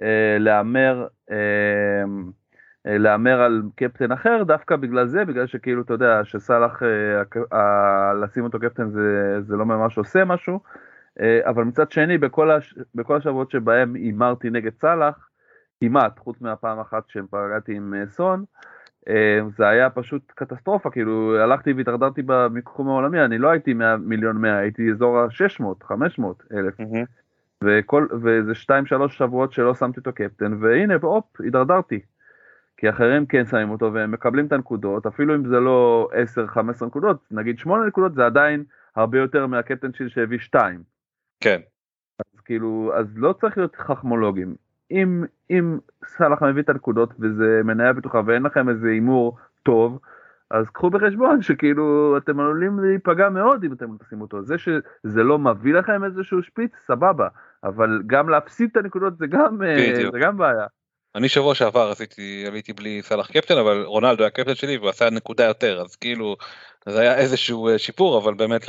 להמר על קפטן אחר, דווקא בגלל זה, בגלל שכאילו, אתה יודע, שסלח, לשים אותו קפטן זה לא ממש עושה משהו, אבל מצד שני, בכל השבועות שבהם הימרתי נגד סלח, כמעט, חוץ מהפעם אחת שפגעתי עם סון, זה היה פשוט קטסטרופה, כאילו הלכתי והתדרדרתי במיקום העולמי, אני לא הייתי 1,100,000, הייתי אזור ה-600, 500 אלף, וזה 2-3 שבועות שלא שמתי אותו קפטן, והנה, הופ, התדרדרתי, כי אחרים כן שמים אותו, והם מקבלים את הנקודות, אפילו אם זה לא 10-15 נקודות, נגיד 8 נקודות, זה עדיין הרבה יותר מהקפטן שלי שהביא 2. כן. אז כאילו, אז לא צריך להיות חכמולוגים. אם סלח מביא את הנקודות וזה מניה בטוחה ואין לכם איזה אימור טוב, אז קחו בחשבון שכאילו אתם עלולים להיפגע מאוד אם אתם תשימו אותו. זה שזה לא מביא לכם איזשהו שפיץ, סבבה, אבל גם להפסיד את הנקודות זה גם בעיה. אני שבוע שעבר עליתי בלי סלח קפטן, אבל רונלדו היה קפטן שלי והוא עשה נקודה יותר, אז כאילו זה היה איזשהו שיפור, אבל באמת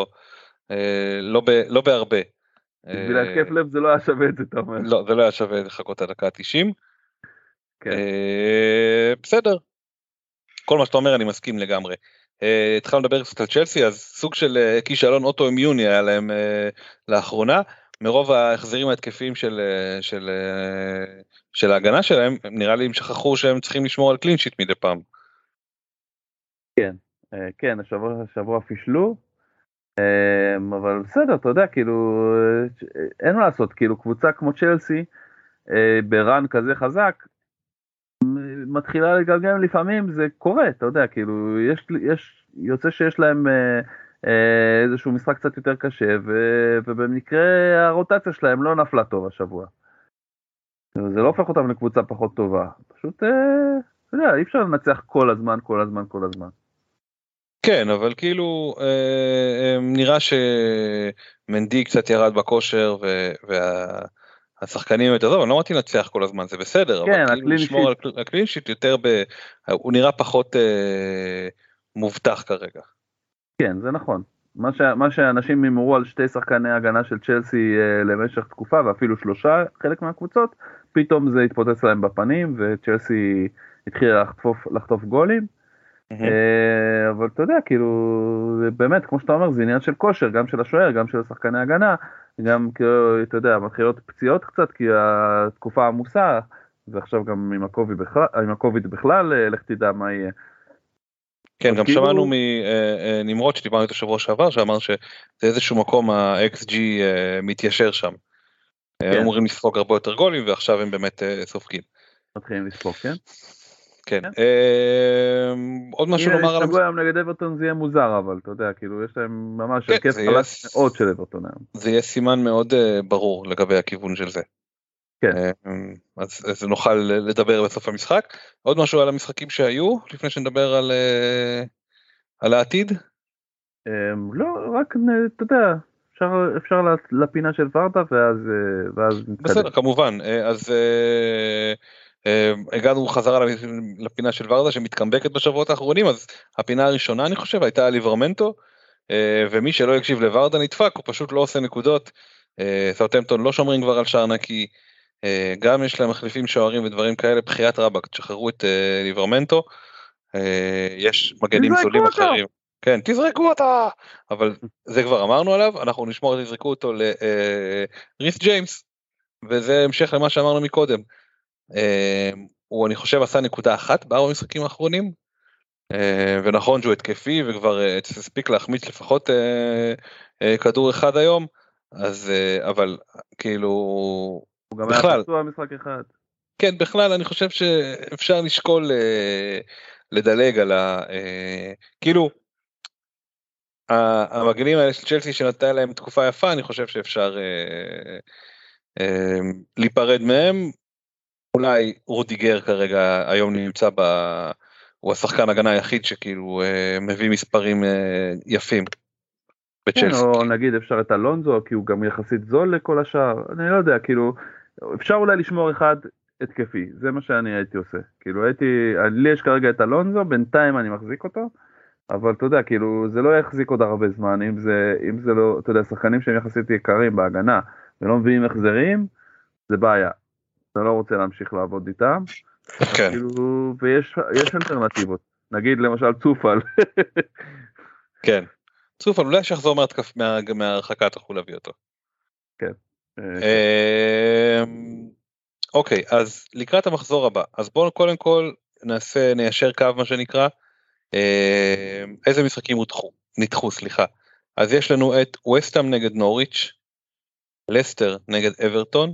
לא בהרבה. בשביל ההתקף לב זה לא היה שווה את זה, אתה אומר. לא, זה לא היה שווה לחכות עד דקה 90. כן. בסדר. כל מה שאתה אומר אני מסכים לגמרי. התחלנו לדבר קצת על צ'לסי, אז סוג של כישלון אוטואימיוני היה להם לאחרונה, מרוב ההחזרים ההתקפיים של ההגנה שלהם, נראה לי הם שכחו שהם צריכים לשמור על קלינשיט מדי פעם. כן, השבוע פישלו, אבל בסדר, אתה יודע, כאילו, אין מה לעשות, כאילו, קבוצה כמו צ'לסי, ברן כזה חזק, מתחילה לגלגל לפעמים, זה קורה, אתה יודע, כאילו, יוצא שיש להם איזשהו משחק קצת יותר קשה, ובמקרה הרוטציה שלהם לא נפלה טוב השבוע. זה לא הופך אותם לקבוצה פחות טובה, פשוט, אתה יודע, אי אפשר לנצח כל הזמן. כן, אבל כאילו נראה שמנדי קצת ירד בכושר והשחקנים יותר טוב, אני לא אמרתי לנצח כל הזמן, זה בסדר, כן, אבל כאילו לשמור על הקלינשיט יותר, הוא נראה פחות מובטח כרגע. כן, זה נכון. מה שאנשים הימרו על 2 שחקני הגנה של צ'לסי למשך תקופה, ואפילו 3 חלק מהקבוצות, פתאום זה התפוצץ להם בפנים, וצ'לסי התחילה לחטוף גולים. אבל אתה יודע, כאילו, באמת, כמו שאתה אומר, זה עניין של כושר, גם של השוער, גם של שחקני הגנה, גם, אתה יודע, מתחילות פציעות קצת, כי התקופה עמוסה, ועכשיו גם עם הקוביד בכלל, לך תדע מה יהיה. כן, גם שמענו מנמרוד שדיברנו איתו שבוע שעבר, שאמר שזה איזשהו מקום ה-XG מתיישר שם. הם אמורים לספוג הרבה יותר גולים, ועכשיו הם באמת סופגים. מתחילים לספוג, כן? כן. עוד משהו לומר על... שבוע היום נגד אברטון זה יהיה מוזר, אבל אתה יודע, כאילו יש להם ממש הרכב חלש מאוד של אברטון היום. זה יהיה סימן מאוד ברור לגבי הכיוון של זה. כן. אז נוכל לדבר בסוף המשחק. עוד משהו על המשחקים שהיו, לפני שנדבר על העתיד? לא, רק, אתה יודע, אפשר לפינה של ורדה, ואז נתקדם. בסדר, כמובן. אז הגענו חזרה לפינה של ורדה, שמתקמבקת בשבועות האחרונים, אז הפינה הראשונה, אני חושב, הייתה על ליברמנטו, ומי שלא יקשיב לוורדה נדפק, הוא פשוט לא עושה נקודות. סאות'המפטון לא שומרים כבר על שער נקי, גם יש להם מחליפים שוערים ודברים כאלה, בחיית רבאק, תשחררו את ליברמנטו, יש מגנים זולים אחרים. כן, תזרקו אותה, אבל זה כבר אמרנו עליו, אנחנו נשמור, תזרקו אותו לריס ג'יימס, וזה המשך למה שאמרנו מקודם. הוא אני חושב עשה 1 בארבע משחקים האחרונים, ונכון שהוא התקפי וכבר הספיק להחמיץ לפחות כדור אחד היום, אז אבל כאילו הוא גם היה פצוע משחק אחד. כן, בכלל אני חושב שאפשר לשקול לדלג על כאילו המגנים האלה של צ'לסי שנתנה להם תקופה יפה, אני חושב שאפשר להיפרד מהם, אולי רודיגר כרגע היום נמצא הוא השחקן הגנה היחיד שכאילו מביא מספרים יפים כן, בצ'לסי. או נגיד אפשר את אלונזו, כי הוא גם יחסית זול לכל השאר, אני לא יודע, כאילו, אפשר אולי לשמור אחד התקפי, זה מה שאני הייתי עושה, כאילו לי יש כרגע את אלונזו, בינתיים אני מחזיק אותו, אבל אתה יודע, כאילו, זה לא יחזיק עוד הרבה זמן, אם זה לא, אתה יודע, שחקנים שהם יחסית יקרים בהגנה, ולא מביאים החזרים, זה בעיה, אתה לא רוצה להמשיך לעבוד איתם, כן. כאילו, ויש אלטרנטיבות, נגיד למשל צופל, כן. צופל, אולי שיחזור מהרחקה תוכלו להביא אותו. כן. אוקיי, אז לקראת המחזור הבא, אז בואו קודם כל ניישר קו מה שנקרא, איזה משחקים נדחו, סליחה. אז יש לנו את וסטהאם נגד נוריץ', לסטר נגד אברטון,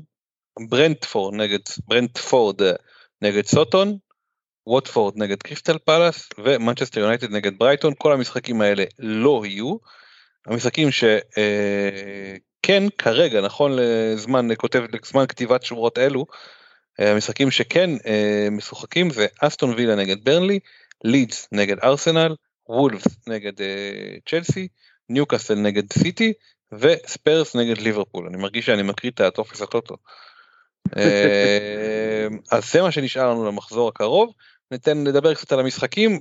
ברנטפורד נגד סוטון, ווטפורד נגד קריסטל פלאס, ומנצ'סטר יונייטד נגד ברייטון. כל המשחקים האלה לא יהיו. המשחקים שכן כרגע, נכון לזמן כתיבת שורות אלו, המשחקים שכן משוחקים זה אסטון וילה נגד ברנלי, לידס נגד ארסנל, וולפס נגד צ'לסי, ניוקאסל נגד סיטי, וספרס נגד ליברפול. אני מרגיש שאני מקריא את הטופס הטוטו. אז זה מה שנשאר לנו למחזור הקרוב. נדבר קצת על המשחקים,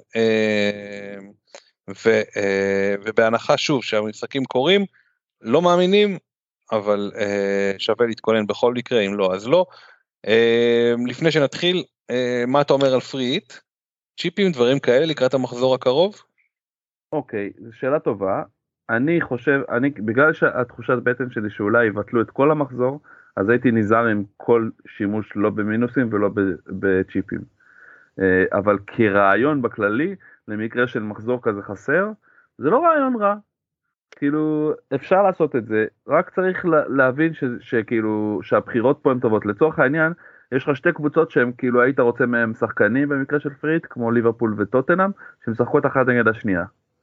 ובהנחה שוב שהמשחקים קורים, לא מאמינים, אבל שווה להתכונן בכל מקרה, אם לא אז לא. לפני שנתחיל, מה אתה אומר על פריט? צ'יפים, דברים כאלה לקראת המחזור הקרוב? אוקיי, זו שאלה טובה. אני חושב, בגלל שהתחושת בטן שלי שאולי יבטלו את כל המחזור, אז הייתי נזהר עם כל שימוש לא במינוסים ולא בצ'יפים. אבל כרעיון בכללי, למקרה של מחזור כזה חסר, זה לא רעיון רע. כאילו, אפשר לעשות את זה, רק צריך להבין שכאילו, שהבחירות פה הן טובות. לצורך העניין, יש לך שתי קבוצות שהן כאילו היית רוצה מהם שחקנים במקרה של פריט, כמו ליברפול וטוטנהאם, שמשחקות אחת נגד השנייה.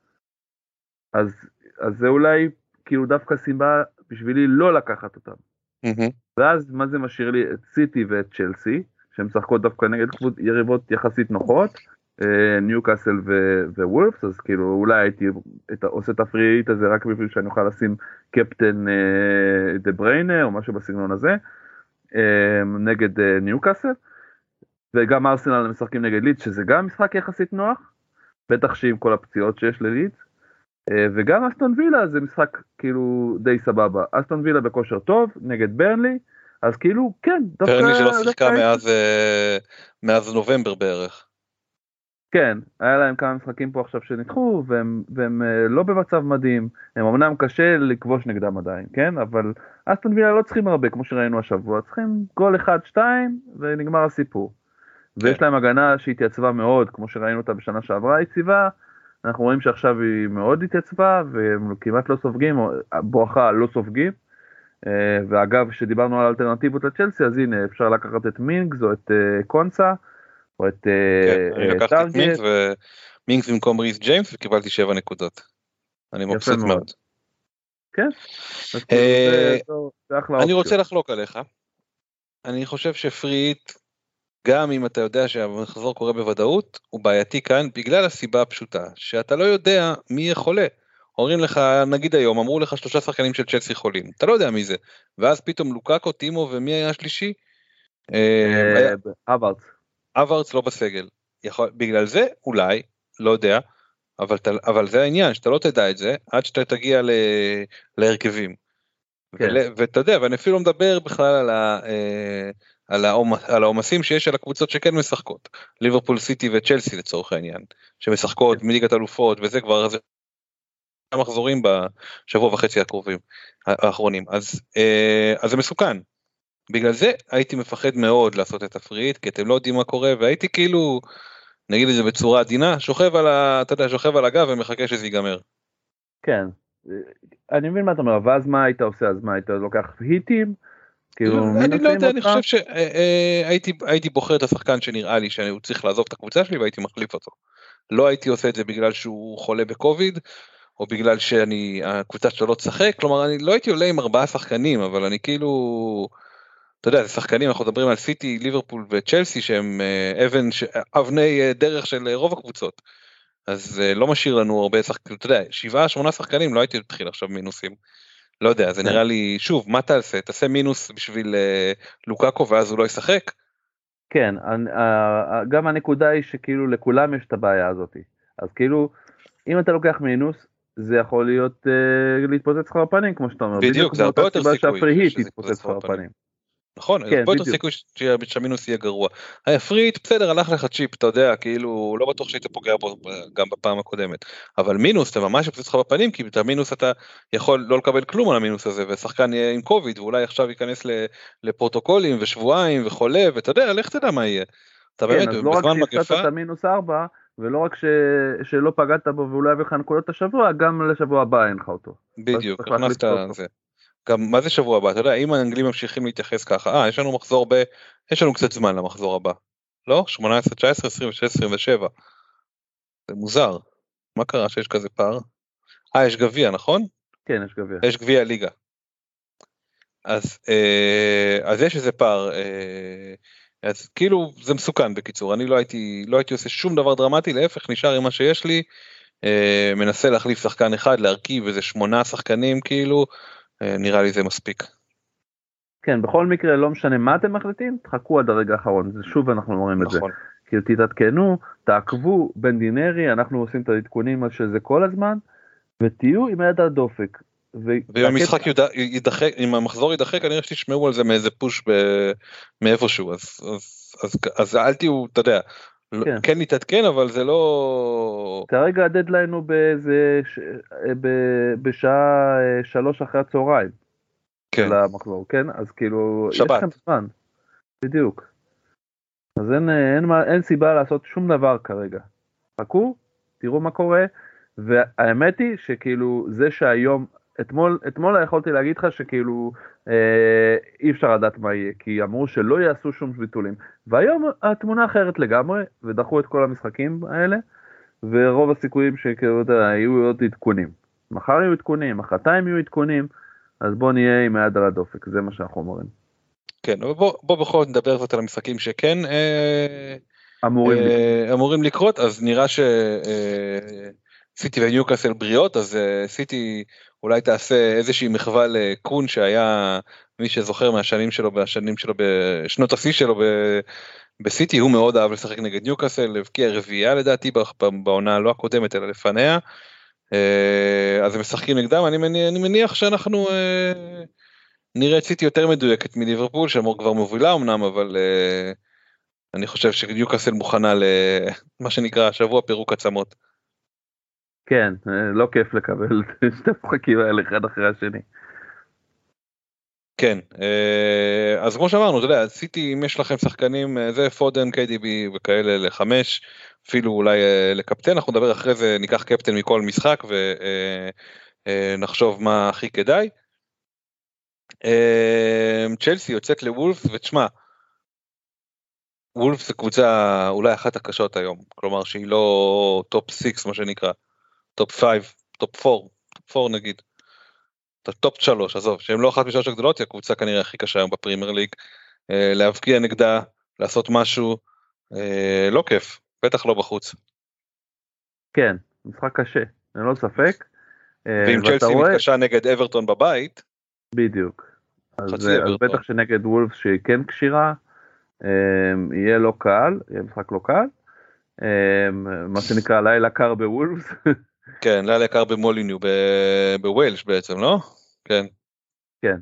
אז זה אולי כאילו דווקא סיבה בשבילי לא לקחת אותם. ואז מה זה משאיר לי? את סיטי ואת צ'לסי, שהן משחקות דווקא נגד יריבות יחסית נוחות, ניוקאסל ווולפס, אז כאילו אולי הייתי עושה את הפריט הזה רק בשביל שאני אוכל לשים קפטן דה בריינה או משהו בסגנון הזה, נגד ניוקאסל, וגם ארסנל משחקים נגד לידס, שזה גם משחק יחסית נוח, בטח שעם כל הפציעות שיש ללידס, וגם אסטון וילה זה משחק כאילו די סבבה, אסטון וילה בכושר טוב נגד ברנלי, אז כאילו כן, ברנלי שלא שיחקה מאז נובמבר בערך. כן, היה להם כמה משחקים פה עכשיו שנדחו, והם לא במצב מדהים, הם אמנם קשה לכבוש נגדם עדיין, כן? אבל אסטון וילה לא צריכים הרבה, כמו שראינו השבוע, צריכים גול 1-2 ונגמר הסיפור. כן. ויש להם הגנה שהתייצבה מאוד, כמו שראינו אותה בשנה שעברה יציבה, אנחנו רואים שעכשיו היא מאוד התייצבה, והם כמעט לא סופגים, בואכה לא סופגים, ואגב, שדיברנו על אלטרנטיבות לצ'לסי, אז הנה, אפשר לקחת את מינגס או את קונסה, או את אני לקחתי את מינגס במקום ריס ג'יימס וקיבלתי 7 נקודות. אני מבסוט מאוד. כן. אני רוצה לחלוק עליך. אני חושב שפריט, גם אם אתה יודע שהמחזור קורה בוודאות, הוא בעייתי כאן בגלל הסיבה הפשוטה, שאתה לא יודע מי יהיה חולה. אומרים לך, נגיד היום, אמרו לך 3 שחקנים של צ'לסי חולים. אתה לא יודע מי זה. ואז פתאום לוקאקו, טימו ומי היה השלישי? אברץ לא בסגל. בגלל זה אולי, לא יודע, אבל זה העניין, שאתה לא תדע את זה, עד שאתה תגיע להרכבים. כן. ואתה יודע, ואני אפילו מדבר בכלל על העומסים שיש על הקבוצות שכן משחקות. ליברפול, סיטי וצ'לסי לצורך העניין, שמשחקות כן. מליגת אלופות, וזה כבר מחזורים בשבוע וחצי האחרונים. אז זה מסוכן. בגלל זה הייתי מפחד מאוד לעשות את הפריט, כי אתם לא יודעים מה קורה, והייתי כאילו, נגיד את זה בצורה עדינה, שוכב על הגב ומחכה שזה ייגמר. כן, אני מבין מה אתה אומר, ואז מה היית עושה? אז מה, היית לוקח היטים? אני לא יודע, אני חושב שהייתי בוחר את השחקן שנראה לי שהוא צריך לעזוב את הקבוצה שלי, והייתי מחליף אותו. לא הייתי עושה את זה בגלל שהוא חולה בקוביד, או בגלל שהקבוצה שלו לא תשחק, כלומר, אני לא הייתי עולה עם 4 שחקנים, אבל אני כאילו... אתה יודע, זה שחקנים, אנחנו מדברים על סיטי, ליברפול וצ'לסי, שהם אבני דרך של רוב הקבוצות. אז לא משאיר לנו הרבה שחקנים, אתה יודע, 7-8 שחקנים, לא הייתי מתחיל עכשיו מינוסים. לא יודע, זה נראה לי, שוב, מה תעשה? תעשה מינוס בשביל לוקאקו ואז הוא לא ישחק? כן, גם הנקודה היא שכאילו לכולם יש את הבעיה הזאת. אז כאילו, אם אתה לוקח מינוס, זה יכול להיות להתפוצץ לך בפנים, כמו שאתה אומר. בדיוק, זה הרבה יותר סיכוי שהפריהיט יתפוצץ לך בפנים. נכון, הרבה יותר סיכוי שהמינוס יהיה גרוע. הפריט, בסדר, הלך לך צ'יפ, אתה יודע, כאילו, לא בטוח שהיית פוגע בו גם בפעם הקודמת. אבל מינוס, אתה ממש יפוצץ לך בפנים, כי את המינוס אתה יכול לא לקבל כלום על המינוס הזה, ושחקן יהיה עם קוביד, ואולי עכשיו ייכנס לפרוטוקולים ושבועיים וחולה, ואתה יודע, לך תדע מה יהיה. אתה באמת, כן, אז לא רק שהפסדת את המינוס 4, ולא רק שלא פגעת בו ואולי יביא לך נקודות השבוע, גם לשבוע הבא אין לך אותו. בדיוק, הכנסת זה. גם מה זה שבוע הבא, אתה יודע, אם האנגלים ממשיכים להתייחס ככה, יש לנו מחזור יש לנו קצת זמן למחזור הבא, לא? 18, 19, 26, 27, זה מוזר, מה קרה שיש כזה פער? יש גביע, נכון? כן, יש גביע. יש גביע ליגה. אז יש איזה פער, אז כאילו זה מסוכן בקיצור, אני לא הייתי עושה שום דבר דרמטי, להפך נשאר עם מה שיש לי, מנסה להחליף שחקן אחד, להרכיב איזה 8 שחקנים כאילו, נראה לי זה מספיק. כן, בכל מקרה לא משנה מה אתם מחליטים, תחכו עד הרגע האחרון, שוב אנחנו אומרים את זה. כאילו תתעדכנו, תעקבו בין דינרי, אנחנו עושים את העדכונים של זה כל הזמן, ותהיו עם היד על הדופק. ואם המשחק יידחק, אם המחזור יידחק, אני חושב שתשמעו על זה מאיזה פוש מאיפשהו, אז אל תהיו, אתה יודע, כן נתעדכן, אבל זה לא... כרגע הדדליין הוא בשעה 3 אחרי הצהריים של המחזור, כן? אז כאילו, יש לכם זמן, בדיוק. אז אין סיבה לעשות שום דבר כרגע. חכו, תראו מה קורה, והאמת היא שכאילו זה שהיום, אתמול יכולתי להגיד לך שכאילו אי אפשר לדעת מה יהיה, כי אמרו שלא יעשו שום ביטולים, והיום התמונה אחרת לגמרי, ודחו את כל המשחקים האלה, ורוב הסיכויים שכאילו יהיו עוד עדכונים. מחר יהיו עדכונים, מחרתיים יהיו עדכונים, אז בוא נהיה עם היד על הדופק, זה מה שאנחנו אומרים. כן, אבל בוא בכל זאת נדבר קצת על המשחקים שכן אמורים לקרות, אז נראה סיטי וניוקאסל בריאות, אז סיטי אולי תעשה איזושהי מחווה לקון שהיה מי שזוכר מהשנים שלו, בשנות השיא שלו בסיטי, הוא מאוד אהב לשחק נגד ניוקאסל, הבקיע רביעייה לדעתי בעונה לא הקודמת אלא לפניה, אז הם משחקים נגדם, אני מניח שאנחנו נראה את סיטי יותר מדויקת מליברפול, שאמור כבר מובילה אמנם, אבל אני חושב שניוקאסל מוכנה למה שנקרא שבוע פירוק עצמות. כן, לא כיף לקבל שתי משחקים האלה אחד אחרי השני. כן, אז כמו שאמרנו, אתה יודע, סיטי אם יש לכם שחקנים, זה פודן, KDB וכאלה ל5, אפילו אולי לקפטן, אנחנו נדבר אחרי זה, ניקח קפטן מכל משחק ונחשוב מה הכי כדאי. צ'לסי יוצאת לוולף, ותשמע, וולף זה קבוצה אולי אחת הקשות היום, כלומר שהיא לא טופ 6 מה שנקרא, טופ 5, טופ 4 נגיד, טופ 3, עזוב, שהם לא אחת משלוש הגדולות, היא הקבוצה כנראה הכי קשה היום בפרימייר ליג, להבקיע נגדה, לעשות משהו, לא כיף, בטח לא בחוץ. כן, משחק קשה, אני לא ספק. ואם צ'לסי מתקשה נגד אברטון בבית, בדיוק, אז בטח שנגד וולף שהיא כן קשירה, יהיה לא קל, יהיה משחק לא קל, מה שנקרא לילה קר בוולפס. כן, לילה קר במוליניו, בווילש בעצם, לא? כן. כן,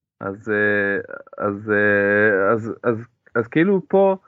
אז כאילו פה,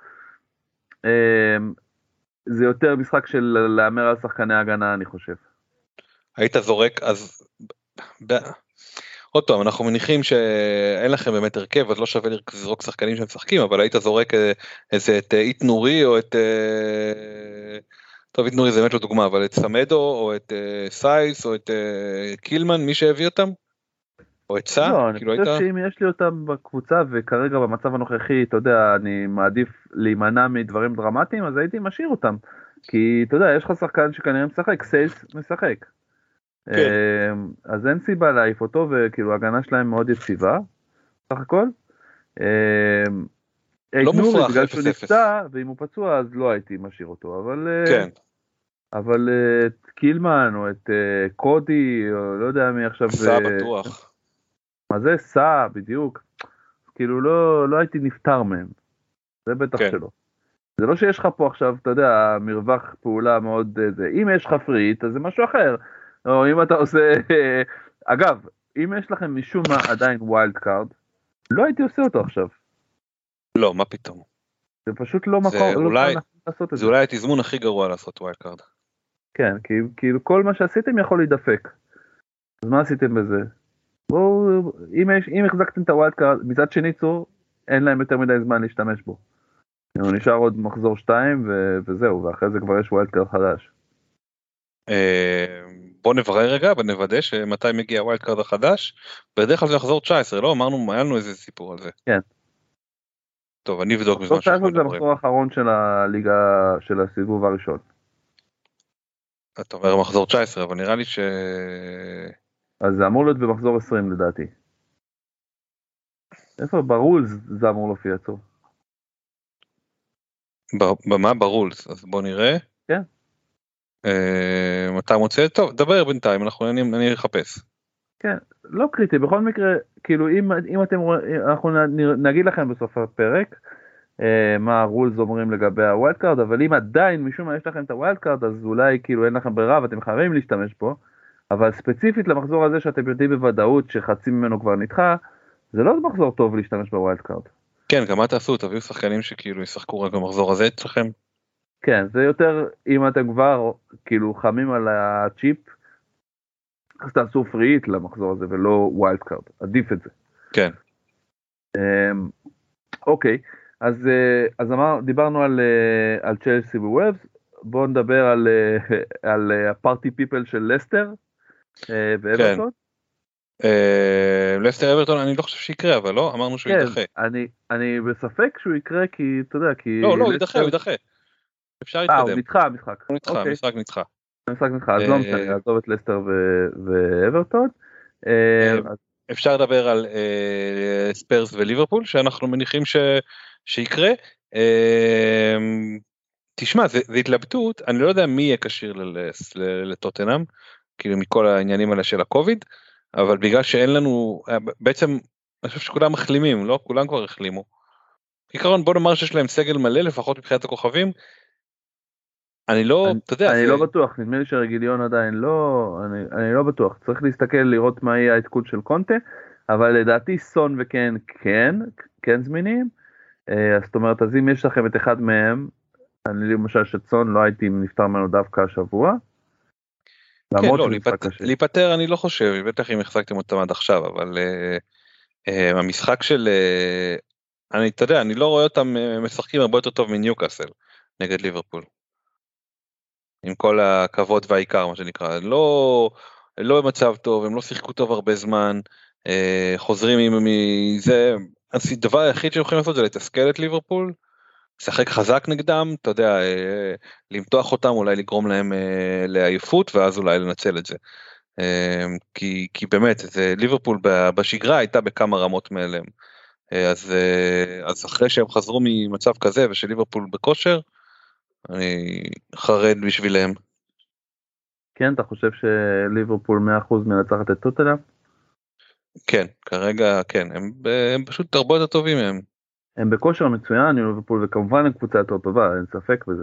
זה יותר משחק של לאמר על שחקני הגנה, אני חושב. היית זורק, אז עוד פעם, אנחנו מניחים שאין לכם באמת הרכב, אז לא שווה לזרוק שחקנים שמשחקים, אבל היית זורק איזה את אית נורי, או את, טוב, אית נורי זה באמת לא דוגמה, אבל את סמדו, או את סייס, או את קילמן, מי שהביא אותם? או את סא? לא, אני חושב שאם יש לי אותם בקבוצה, וכרגע במצב הנוכחי, אתה יודע, אני מעדיף להימנע מדברים דרמטיים, אז הייתי משאיר אותם. כי, אתה יודע, יש לך שחקן שכנראה משחק, סייס משחק. אז אין סיבה להעיף אותו, וכאילו ההגנה שלהם מאוד יציבה, סך הכל. לא נורי, מופרך, בגלל שהוא 0-0. נפצע, ואם הוא פצוע אז לא הייתי משאיר אותו, כן. אבל את קילמן או את קודי, או לא יודע מי עכשיו, סע בטוח. מה זה? סע, בדיוק. כאילו לא הייתי נפטר מהם, זה בטח כן. שלא. זה לא שיש לך פה עכשיו, אתה יודע, מרווח פעולה מאוד זה. אם יש לך פריט, אז זה משהו אחר. או אם אתה עושה... אגב, אם יש לכם משום מה עדיין ווילד קארד, לא הייתי עושה אותו עכשיו. לא, מה פתאום. זה פשוט לא זה מקום, לא אולי, נכון לעשות את זה זה. אולי התזמון הכי גרוע לעשות ווילד קארד. כן, כאילו כל מה שעשיתם יכול להידפק. אז מה עשיתם בזה? בואו, אם החזקתם את הווילד קארד, מצד שני צור, אין להם יותר מדי זמן להשתמש בו. הוא נשאר עוד מחזור 2 וזהו, ואחרי זה כבר יש ווילד קארד חדש. בוא נברר רגע ונוודא שמתי מגיע הווילד קארד החדש. בדרך כלל זה לחזור 19, לא? אמרנו, היה לנו איזה סיפור על זה. כן. טוב, אני אבדוק בזמן שאנחנו זה מדברים. המחזור האחרון של הליגה, של הסיבוב הראשון. אתה אומר מחזור 19, אבל נראה לי ש... אז זה אמור להיות במחזור 20 לדעתי. איפה? ברולס זה אמור להופיע צור. במה? ברולס, אז בוא נראה. כן. אתה מוצא? טוב, דבר בינתיים, אני אחפש. כן, לא קריטי, בכל מקרה, כאילו אם אתם רואים, אנחנו נגיד לכם בסוף הפרק, מה הרולס אומרים לגבי הווילד קארד, אבל אם עדיין משום מה יש לכם את הווילד קארד, אז אולי כאילו אין לכם ברירה ואתם חייבים להשתמש בו, אבל ספציפית למחזור הזה שאתם יודעים בוודאות שחצי ממנו כבר נדחה, זה לא מחזור טוב להשתמש בווילד קארד. כן, גם מה תעשו? תביאו שחקנים שכאילו ישחקו רק במחזור הזה אצלכם? כן, זה יותר אם אתם כבר כאילו חמים על הצ'יפ, אז תעשו פריט למחזור הזה ולא ווילד קארד, עדיף את זה. כן. אוקיי, אז דיברנו על צ'לסי ווולפס, בואו נדבר על הפארטי פיפל של לסטר ואברטון. לסטר אברטון אני לא חושב שיקרה, אבל לא, אמרנו שהוא יידחה. אני בספק שהוא יקרה כי אתה יודע, כי... לא, הוא יידחה. אפשר להתקדם. הוא נדחה המשחק. המשחק נדחה. אז לא משנה, עזוב את לסטר ואברטון. אפשר לדבר על ספרס וליברפול, שאנחנו מניחים שיקרה. תשמע, זה התלבטות, אני לא יודע מי יהיה כשיר לטוטנהאם, כאילו מכל העניינים האלה של הקוביד, אבל בגלל שאין לנו, בעצם, אני חושב שכולם מחלימים, לא? כולם כבר החלימו. בעיקרון, בוא נאמר שיש להם סגל מלא, לפחות מבחינת הכוכבים, אני לא, אתה יודע, אני לא בטוח, נדמה לי שרגיליון עדיין לא, אני לא בטוח, צריך להסתכל לראות מה יהיה העדכון של קונטה, אבל לדעתי סון וכן, כן זמינים, זאת אומרת, אז אם יש לכם את אחד מהם, אני למשל שסון לא הייתי נפטר ממנו דווקא השבוע, כן, לא, להיפטר אני לא חושב, בטח אם החזקתם אותם עד עכשיו, אבל המשחק של, אתה יודע, אני לא רואה אותם משחקים הרבה יותר טוב מניוקאסל, נגד ליברפול. עם כל הכבוד והעיקר, מה שנקרא, לא במצב טוב, הם לא שיחקו טוב הרבה זמן, חוזרים מזה, הדבר היחיד שהם יכולים לעשות זה לתסכל את ליברפול, לשחק חזק נגדם, אתה יודע, למתוח אותם, אולי לגרום להם לעייפות, ואז אולי לנצל את זה. כי באמת, ליברפול בשגרה הייתה בכמה רמות מאליהם. אז אחרי שהם חזרו ממצב כזה, ושליברפול בכושר, אני חרד בשבילם. כן, אתה חושב שליברפול 100% מנצחת את טוטנהאם? כן, כרגע כן, הם פשוט הרבה יותר טובים מהם. הם בכושר מצוין, ליברפול, וכמובן הם קבוצה יותר טובה, אין ספק בזה.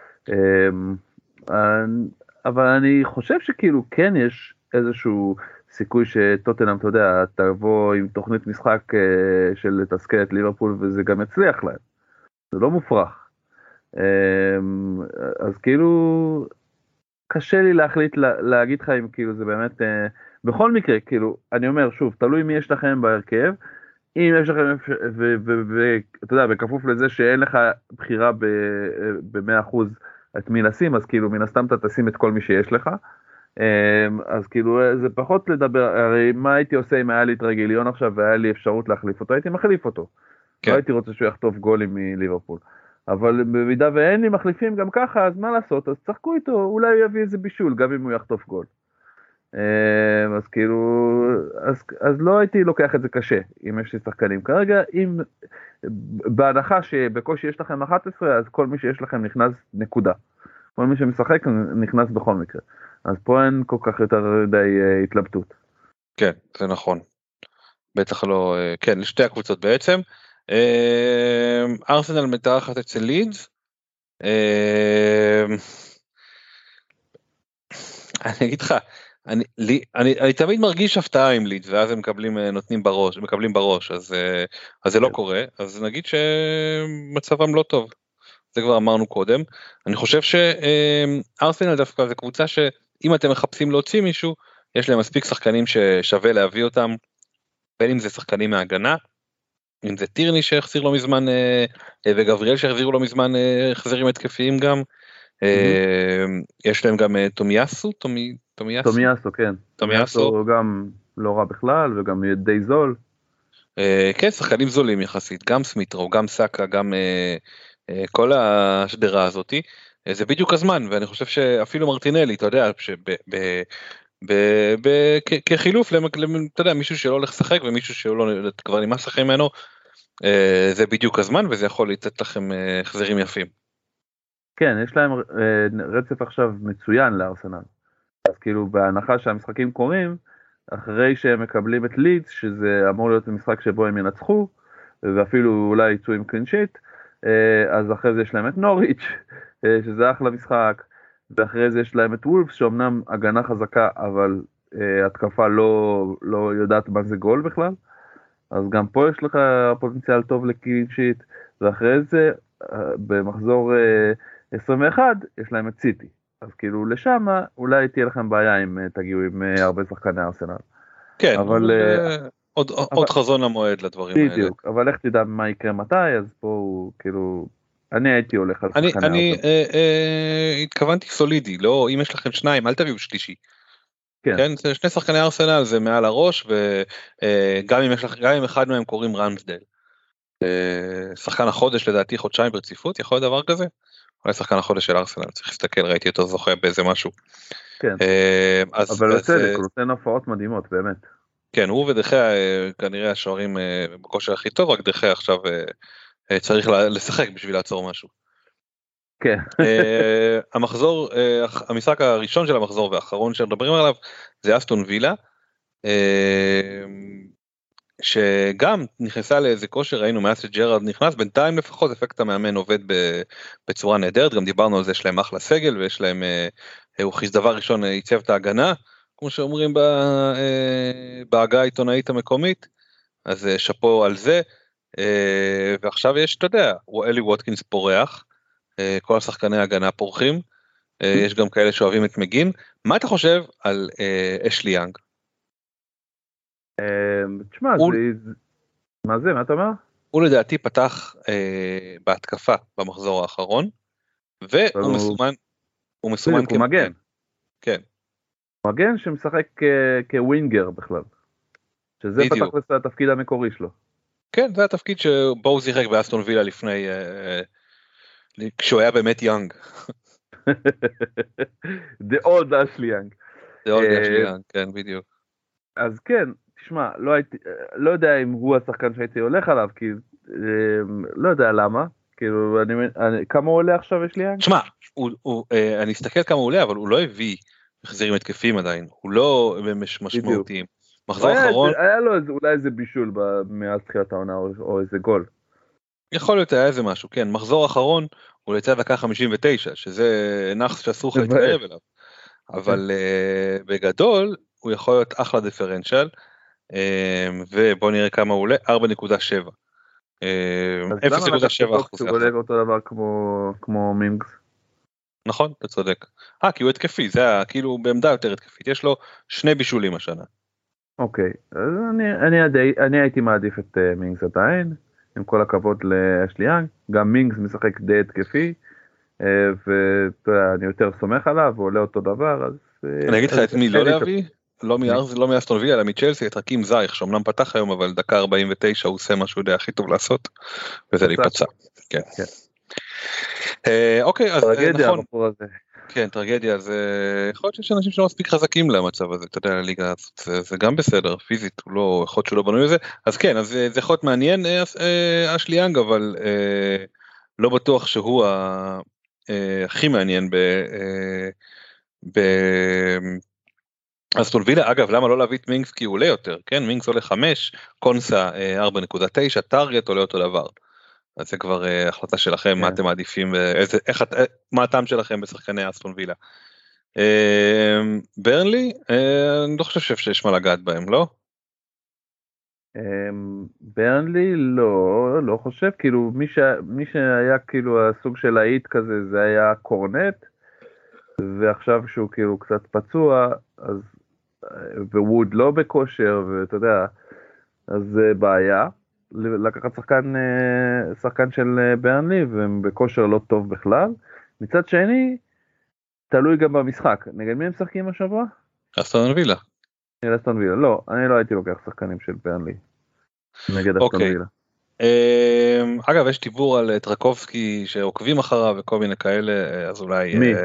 אבל אני חושב שכאילו כן יש איזשהו סיכוי שטוטנהאם, אתה יודע, תבוא עם תוכנית משחק של לתסכל את ליברפול, וזה גם יצליח להם. זה לא מופרך. אז כאילו קשה לי להגיד לך אם כאילו זה באמת בכל מקרה, כאילו אני אומר שוב, תלוי מי יש לכם בהרכב, אם יש לכם ואתה יודע, בכפוף לזה שאין לך בחירה ב100% את מי לשים, אז כאילו מן הסתם אתה תשים את כל מי שיש לך, אז כאילו זה פחות לדבר, הרי מה הייתי עושה אם היה לי את רגיליון עכשיו והיה לי אפשרות להחליף אותו, הייתי מחליף אותו, לא הייתי רוצה שהוא יחטוף גולים מליברפול, אבל במידה ואין לי מחליפים גם ככה, אז מה לעשות, אז צחקו איתו, אולי הוא יביא איזה בישול, גם אם הוא יחטוף גול. אז כאילו, אז לא הייתי לוקח את זה קשה, אם יש לי שחקנים. כרגע, אם, בהנחה שבקושי יש לכם 11, אז כל מי שיש לכם נכנס נקודה. כל מי שמשחק נכנס בכל מקרה. אז פה אין כל כך יותר די התלבטות. כן, זה נכון. בטח לא, כן, לשתי הקבוצות בעצם. ארסנל מתארחת אצל לידס. אני אגיד לך, אני תמיד מרגיש הפתעה עם לידס, ואז הם מקבלים בראש, אז זה לא קורה, אז נגיד שמצבם לא טוב. זה כבר אמרנו קודם. אני חושב שארסנל דווקא זה קבוצה שאם אתם מחפשים להוציא מישהו, יש להם מספיק שחקנים ששווה להביא אותם, בין אם זה שחקנים מההגנה, אם זה טירני שהחזיר לו מזמן, וגבריאל שהחזירו לו מזמן החזרים התקפיים גם, יש להם גם תומיאסו, כן. תומיאסו גם לא רע בכלל, וגם די זול. כן, שחקנים זולים יחסית, גם סמיטרו, גם סאקה, גם כל השדרה הזאת, זה בדיוק הזמן, ואני חושב שאפילו מרטינלי, אתה יודע, כחילוף, אתה יודע, מישהו שלא הולך לשחק, ומישהו שכבר נמאס לכם ממנו, זה בדיוק הזמן, וזה יכול לתת לכם החזרים יפים. כן, יש להם רצף עכשיו מצוין לארסנל, אז כאילו בהנחה שהמשחקים קורים, אחרי שהם מקבלים את לידס, שזה אמור להיות משחק שבו הם ינצחו, ואפילו אולי יצאו עם קלינשיט, אז אחרי זה יש להם את נוריץ', שזה אחלה משחק, ואחרי זה יש להם את וולפס, שאומנם הגנה חזקה, אבל התקפה לא יודעת מה זה גול בכלל, אז גם פה יש לך פוטנציאל טוב לקלינשיט, ואחרי זה, במחזור 21, יש להם את סיטי, אז כאילו לשם, אולי תהיה לכם בעיה אם תגיעו עם הרבה שחקני ארסנל. כן, אבל עוד חזון המועד לדברים האלה. בדיוק, אבל איך תדע מה יקרה מתי, אז פה הוא כאילו, אני הייתי הולך על שחקני ארסנל. אני התכוונתי סולידי, לא, אם יש לכם שניים, אל תביאו שלישי. כן, זה שני שחקני ארסנל, זה מעל הראש, וגם אם אחד מהם קוראים רמסדל. שחקן החודש לדעתי חודשיים ברציפות, יכול להיות דבר כזה? אולי שחקן החודש של ארסנל, צריך להסתכל, ראיתי אותו זוכה באיזה משהו. כן, אבל לצדק, הוא נותן הופעות מדהימות, באמת. כן, הוא ודחיה כנראה השוערים בכושר הכי טוב, רק דחיה עכשיו צריך לשחק בשביל לעצור משהו. כן. המשחק הראשון של המחזור והאחרון שמדברים עליו, זה אסטון וילה, שגם נכנסה לאיזה כושר, ראינו מאז שג'רארד נכנס, בינתיים לפחות אפקט המאמן עובד בצורה נהדרת, גם דיברנו על זה, יש להם אחלה סגל, ויש להם, הוא דבר ראשון ייצב את ההגנה, כמו שאומרים בהגה העיתונאית המקומית, אז שפו על זה, ועכשיו יש, אתה יודע, אלי ווטקינס פורח, כל השחקני ההגנה פורחים, יש גם כאלה שאוהבים את מגין, מה אתה חושב על אשלי יאנג? תשמע, מה זה, מה אתה אומר? הוא לדעתי פתח בהתקפה במחזור האחרון, והוא מסומן כמגן. כן. מגן שמשחק כווינגר בכלל. שזה פתח לזה התפקיד המקורי שלו. כן, זה התפקיד שבו הוא שיחק באסטון וילה לפני, כשהוא היה באמת יאנג. The old Ashley Young. The old Ashley Young, כן, בדיוק. אז כן, תשמע, לא יודע אם הוא השחקן שהייתי הולך עליו, כי לא יודע למה, כאילו, כמה הוא עולה עכשיו יש לי יאנג? תשמע, אני אסתכל כמה הוא עולה, אבל הוא לא הביא החזרים התקפים עדיין, הוא לא משמעותיים. מחזור האחרון... היה לו אולי איזה בישול מאז תחילת העונה, או איזה גול. יכול להיות, היה איזה משהו, כן, מחזור האחרון, הוא יצא דקה 59, שזה נחס שאסור לך להתקרב אליו, אבל בגדול, הוא יכול להיות אחלה דיפרנציאל, ובוא נראה כמה הוא עולה, 4.7. 0.7%. הוא עולה אותו דבר כמו מינגס. נכון, אתה צודק. כי הוא התקפי, זה היה כאילו בעמדה יותר התקפית, יש לו 2 בישולים השנה. אוקיי, אז אני הייתי מעדיף את מינגס עדיין, עם כל הכבוד לאשלי יאנג, גם מינגס משחק די התקפי, ואני יותר סומך עליו, הוא עולה אותו דבר, אז... אני אגיד לך את מי לא להביא? לא מאסטון וילה, אלא מצ'לסי, את רקים זייך, שאומנם פתח היום, אבל דקה 49 הוא עושה משהו די הכי טוב לעשות, וזה להיפצע. כן. אוקיי, אז נכון. כן, טרגדיה, זה יכול להיות שיש אנשים שלא מספיק חזקים למצב הזה, אתה יודע, הליגה הזאת, זה גם בסדר, פיזית, הוא לא, יכול להיות שהוא לא בנוי לזה, אז כן, אז זה יכול להיות מעניין, אשלי יאנג, אבל לא בטוח שהוא הכי מעניין אסטון וילה. אגב, למה לא להביא את מינגס? כי הוא עולה יותר, כן, מינגס עולה 5, קונסה 4.9, טארגט עולה אותו דבר. אז זה כבר החלטה שלכם, מה אתם מעדיפים, מה הטעם שלכם בשחקני אסטון וילה. ברנלי, אני לא חושב שיש מה לגעת בהם, לא? ברנלי לא חושב, כאילו מי שהיה כאילו הסוג של האיט כזה, זה היה קורנט, ועכשיו שהוא כאילו קצת פצוע, אז וווד לא בכושר, ואתה יודע, אז זה בעיה. לקחת שחקן של ברנלי, והם בכושר לא טוב בכלל. מצד שני, תלוי גם במשחק. נגד מי הם משחקים השבוע? אסטון וילה. אסטון וילה. לא, אני לא הייתי לוקח שחקנים של ברנלי נגד אסטון וילה. אגב, יש דיבור על טרקובסקי שעוקבים אחריו וכל מיני כאלה, אז אולי... מי?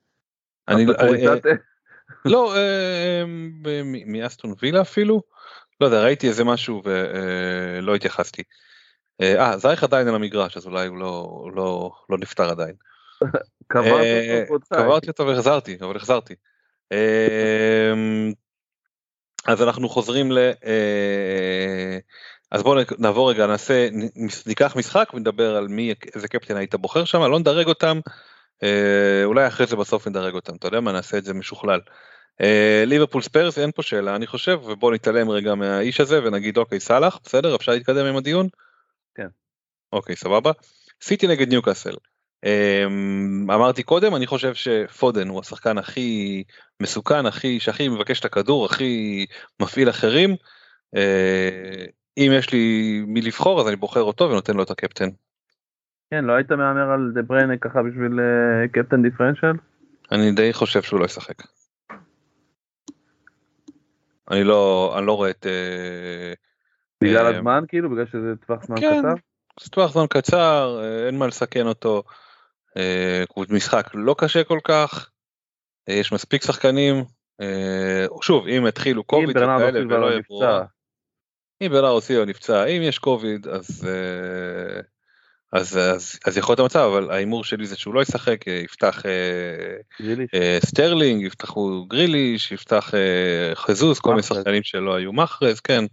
לא, מאסטון וילה אפילו. לא יודע, ראיתי איזה משהו ולא התייחסתי. זייך עדיין על המגרש, אז אולי הוא לא נפטר עדיין. קברתי אותו והחזרתי, אבל החזרתי. אז אנחנו חוזרים אז בואו נעבור רגע, ניקח משחק ונדבר על איזה קפטן היית בוחר שם, לא נדרג אותם, אולי אחרי זה בסוף נדרג אותם, אתה יודע מה, נעשה את זה משוכלל. ליברפול ספיירס, אין פה שאלה אני חושב, ובואו נתעלם רגע מהאיש הזה ונגיד אוקיי, סלאח, בסדר, אפשר להתקדם עם הדיון? כן. אוקיי, סבבה. סיטי נגד ניוקאסל. אמרתי קודם, אני חושב שפודן הוא השחקן הכי מסוכן, שהכי מבקש את הכדור, הכי מפעיל אחרים. אם יש לי מי לבחור, אז אני בוחר אותו ונותן לו את הקפטן. כן, לא היית מאמר על דה בריינה ככה בשביל קפטן דיפרנציאל? אני די חושב שהוא לא ישחק. אני לא רואה את... בגלל הזמן כאילו? בגלל שזה טווח זמן קצר? כן, זה טווח זמן קצר, אין מה לסכן אותו. משחק לא קשה כל כך, יש מספיק שחקנים, שוב, אם התחילו קוביד וכאלה ולא יבוא, אם ברנרדו סילבה נפצע, אם יש קוביד, אז יכול להיות המצב, אבל האימור שלי זה שהוא לא ישחק, יפתח סטרלינג, יפתחו גריליש, יפתח חזוס, כל מיני שחקנים שלא היו מחרז, כן,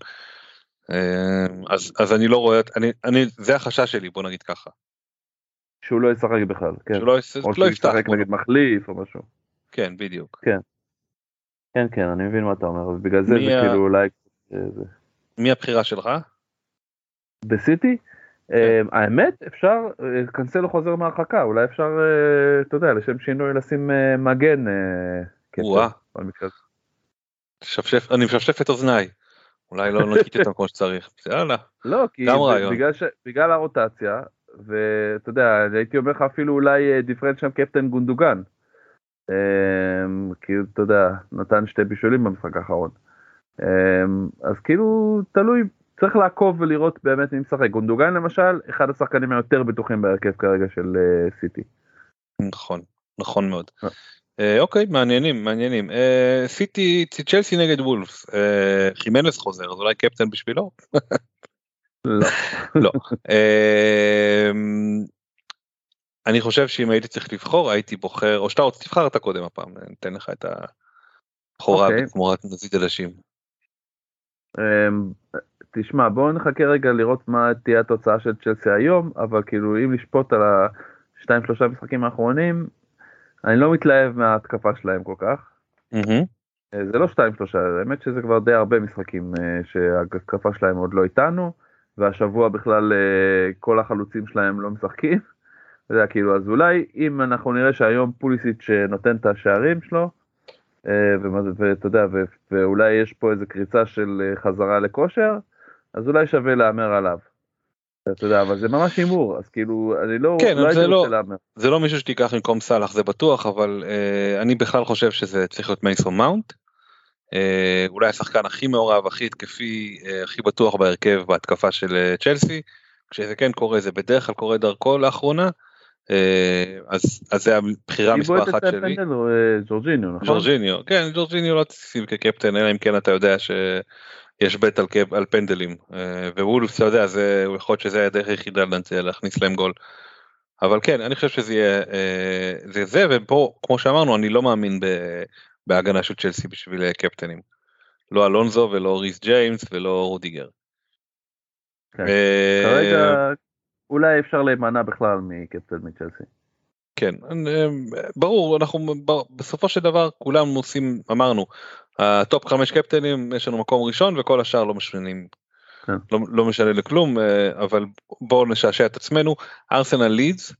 אז אני לא רואה, זה החשש שלי, בוא נגיד ככה. שהוא לא ישחק בכלל, כן. או שהוא ישחק נגד מחליף או משהו. כן, בדיוק. כן, אני מבין מה אתה אומר, ובגלל זה זה כאילו אולי... מי הבחירה שלך? בסיטי? האמת, אפשר, קנסלו חוזר מהרחקה, אולי אפשר, אתה יודע, לשם שינוי לשים מגן. אני משפשף את אוזניי. אולי לא נקיט אותם כמו שצריך. לא, כי בגלל הרוטציה, ואתה יודע, הייתי אומר לך אפילו אולי דיפרנט שם קפטן גונדוגן, כי אתה יודע, נתן 2 בישולים במשחק האחרון, אז כאילו תלוי, צריך לעקוב ולראות באמת מי משחק. גונדוגן למשל, אחד השחקנים היותר בטוחים בהרכב כרגע של סיטי. נכון מאוד. אוקיי, מעניינים. סיטי, צ'לסי נגד וולפס, חימנס חוזר, אז אולי קפטן בשבילו? לא. אני חושב שאם הייתי צריך לבחור, הייתי בוחר, או שאתה רוצה תבחר אתה קודם הפעם, ניתן לך את הבחורה בתמורת נזיד עדשים. תשמע, בואו נחכה רגע לראות מה תהיה התוצאה של צ'לסי היום, אבל כאילו אם לשפוט על 2-3 משחקים האחרונים, אני לא מתלהב מההתקפה שלהם כל כך. זה לא 2-3, האמת שזה כבר די הרבה משחקים שההתקפה שלהם עוד לא איתנו, והשבוע בכלל כל החלוצים שלהם לא משחקים. זה כאילו, אז אולי אם אנחנו נראה שהיום פוליסיץ' נותן את השערים שלו, ואתה יודע, ואולי יש פה איזה קריצה של חזרה לכושר, אז אולי שווה לאמר עליו. אתה יודע, אבל זה ממש אימור, אז כאילו, אני לא הייתי רוצה לאמר. זה לא מישהו שתיקח במקום סלאח, זה בטוח, אבל אני בכלל חושב שזה צריך להיות מייסון מאונט, אולי השחקן הכי מעורב, הכי התקפי, הכי בטוח בהרכב, בהתקפה של צ'לסי, כשזה כן קורה, זה בדרך כלל קורה דרכו לאחרונה, אז זה הבחירה מספר אחת שלי. פנדל ג'ורג'יניו, נכון? ג'ורג'יניו, כן, ג'ורג'יניו לא תשים כקפטן, אלא אם כן אתה יודע שיש בית על פנדלים, ווולפס, אתה יודע, הוא יכול להיות שזה הדרך היחידה להכניס להם גול. אבל כן, אני חושב שזה יהיה, זה, ופה, כמו שאמרנו, אני לא מאמין בהגנה של צ'לסי בשביל קפטנים. לא אלונזו ולא ריס ג'יימס ולא רודיגר. כרגע אולי אפשר להימנע בכלל מקפטן מצ'לסי. כן, ברור, אנחנו בסופו של דבר כולם עושים, אמרנו, הטופ 5 קפטנים יש לנו מקום ראשון וכל השאר לא משנים, לא משנה לכלום, אבל בואו נשעשע את עצמנו. ארסנל לידס,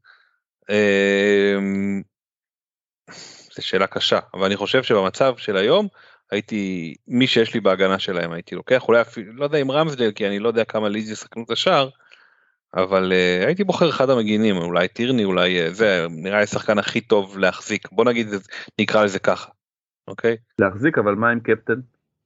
זו שאלה קשה, אבל אני חושב שבמצב של היום, הייתי, מי שיש לי בהגנה שלהם הייתי לוקח, אולי אפילו, לא יודע אם רמסדל, כי אני לא יודע כמה לידס יסכנו את השאר, אבל הייתי בוחר אחד המגינים, אולי טירני, אולי זה, נראה לי שחקן הכי טוב להחזיק, בוא נגיד, נקרא לזה ככה, אוקיי? להחזיק, אבל מה עם קפטן?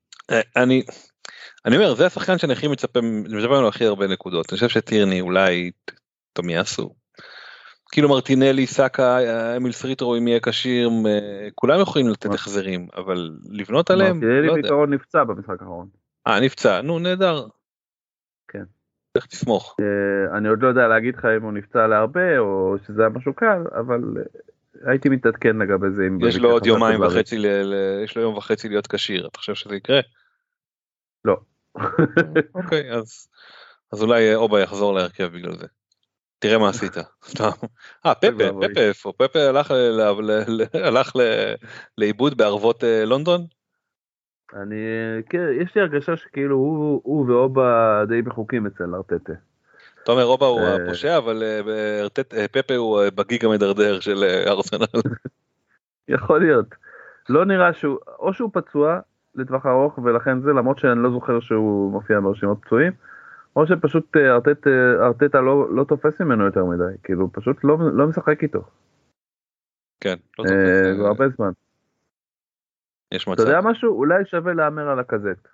אני אומר, זה השחקן שאני הכי מצפה לו הכי הרבה נקודות, אני חושב שטירני אולי תמיאסו, כאילו מרטינלי, סאקה, אמיל סריטרו, אם יהיה קשיר, כולם יכולים לתת החזרים, אבל לבנות עליהם, מרטינלי בעיקרון נפצע במשחק האחרון. נפצע, נו נהדר. כן. איך תסמוך? אני עוד לא יודע להגיד לך אם הוא נפצע להרבה, או שזה היה משהו קל, אבל הייתי מתעדכן לגבי זה. יש לו עוד יומיים וחצי, יש לו יום וחצי להיות קשיר, אתה חושב שזה יקרה? לא. אוקיי, אז אולי אובה יחזור להרכב בגלל זה. תראה מה עשית. פפה איפה? פפה הלך לאיבוד בערבות לונדון? יש לי הרגשה שכאילו הוא ואובה די מחוקים אצל ארטטה. אתה אומר אובה הוא הפושע, אבל פפה הוא בגיג המדרדר של ארסנל. יכול להיות. לא נראה שהוא, או שהוא פצוע לטווח ארוך, ולכן זה, למרות שאני לא זוכר שהוא מופיע ברשימות פצועים, או שפשוט ארטטה לא תופס ממנו יותר מדי, כאילו פשוט לא משחק איתו. כן, לא תופס. כבר הרבה זמן. יש מצב. אתה יודע משהו? אולי שווה לאמר על הקזט.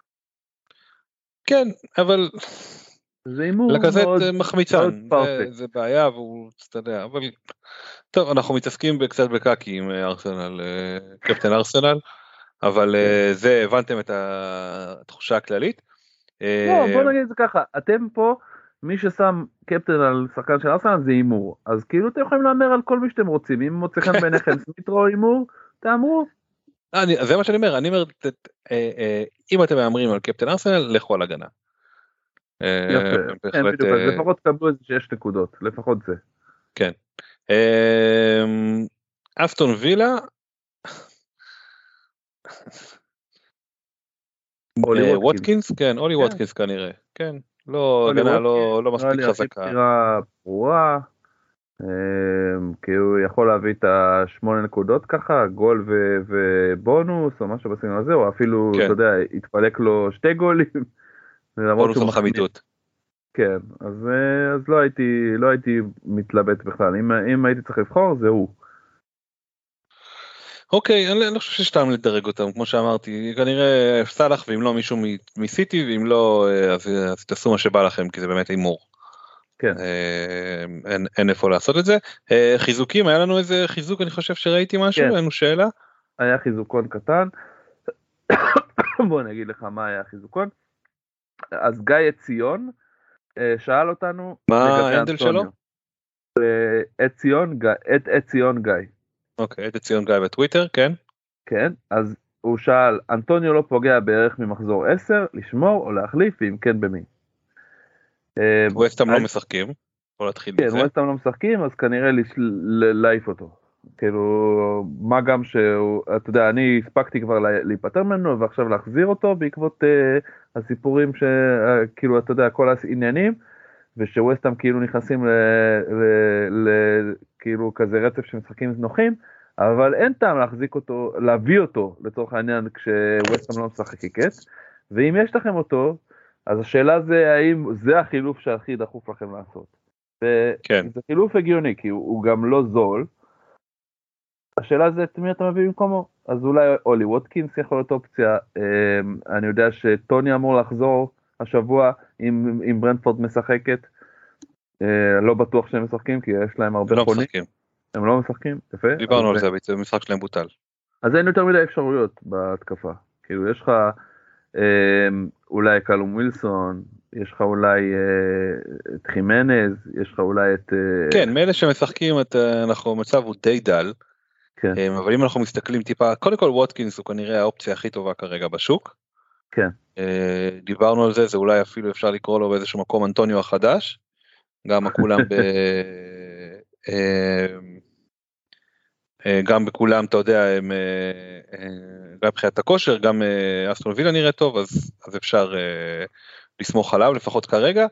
כן, אבל זה אימור לקזט מחמיצן, זה בעיה והוא תדע, אבל טוב, אנחנו מתעסקים קצת בקקי עם ארסנל, קפטן ארסנל, אבל זה הבנתם את התחושה הכללית. לא, בוא נגיד את זה ככה, אתם פה, מי ששם קפטן על שחקן של ארסנל זה אימור, אז כאילו אתם יכולים לאמר על כל מי שאתם רוצים, אם מוצא חן בעיניכם סמית'רו אימור, תאמרו. זה מה שאני אומר, אם אתם מאמרים על קפטן ארסנל, לכו על הגנה. יפה, לפחות קבלו את זה שיש נקודות, לפחות זה. כן. אסטון וילה, ווטקינס, כן, אולי ווטקינס כנראה, כן, לא, הגנה לא מספיק חזקה. בחירה ברורה, כי הוא יכול להביא את 8 נקודות ככה, גול ובונוס או משהו בסגנון הזה, או אפילו, אתה יודע, התפלק לו 2 גולים. בונוס על חמידות. כן, אז לא הייתי מתלבט בכלל, אם הייתי צריך לבחור זה הוא. אוקיי, אני לא חושב ששתם לדרג אותם, כמו שאמרתי, כנראה סלח, ואם לא מישהו מסיטי, ואם לא, אז תעשו מה שבא לכם, כי זה באמת אימור. כן. אין איפה לעשות את זה. חיזוקים, היה לנו איזה חיזוק, אני חושב שראיתי משהו, היה לנו שאלה? היה חיזוקון קטן, בוא נגיד לך מה היה החיזוקון. אז גיא ציון שאל אותנו, מה האנדל שלו? ציון גיא. אוקיי, ציון גיא בטוויטר, כן? כן, אז הוא שאל, אנטוניו לא פוגע בערך ממחזור 10, לשמור או להחליף, ואם כן במי? ווסטהאם לא משחקים, בוא נתחיל בזה. כן, ווסטהאם לא משחקים, אז כנראה להעיף אותו. כאילו, מה גם שהוא, אתה יודע, אני הספקתי כבר להיפטר ממנו, ועכשיו להחזיר אותו בעקבות הסיפורים שכאילו, אתה יודע, כל העניינים, שווסטהאם כאילו נכנסים כאילו כזה רצף שמשחקים נוחים, אבל אין טעם להחזיק אותו, להביא אותו לצורך העניין כשווסטהאם לא משחקת, ואם יש לכם אותו, אז השאלה זה האם זה החילוף שהכי דחוף לכם לעשות. וזה חילוף הגיוני, כי הוא גם לא זול, השאלה זה את מי אתה מביא במקומו, אז אולי אולי ווטקינס יכול להיות אופציה, אני יודע שטוני אמור לחזור השבוע אם ברנטפורד משחקת, לא בטוח שהם משחקים, כי יש להם הרבה לא חולים. משחקים, הם לא משחקים, יפה. דיברנו אז, על זה, המשחק שלהם בוטל. אז אין יותר מדי אפשרויות בהתקפה. כאילו, יש לך אולי קלום ווילסון, יש לך אולי את חימנז, יש לך אולי את... כן, מאלה שמשחקים, המצב הוא די דל, כן, אבל אם אנחנו מסתכלים טיפה, קודם כל ווטקינס הוא כנראה האופציה הכי טובה כרגע בשוק. כן. דיברנו על זה, זה אולי אפילו אפשר לקרוא לו באיזשהו מקום אנטוניו החדש, גם כולם גם בכולם, אתה יודע, הם גם מבחינת הכושר, גם אסטון וילה נראה טוב, אז אפשר לסמוך עליו, לפחות כרגע.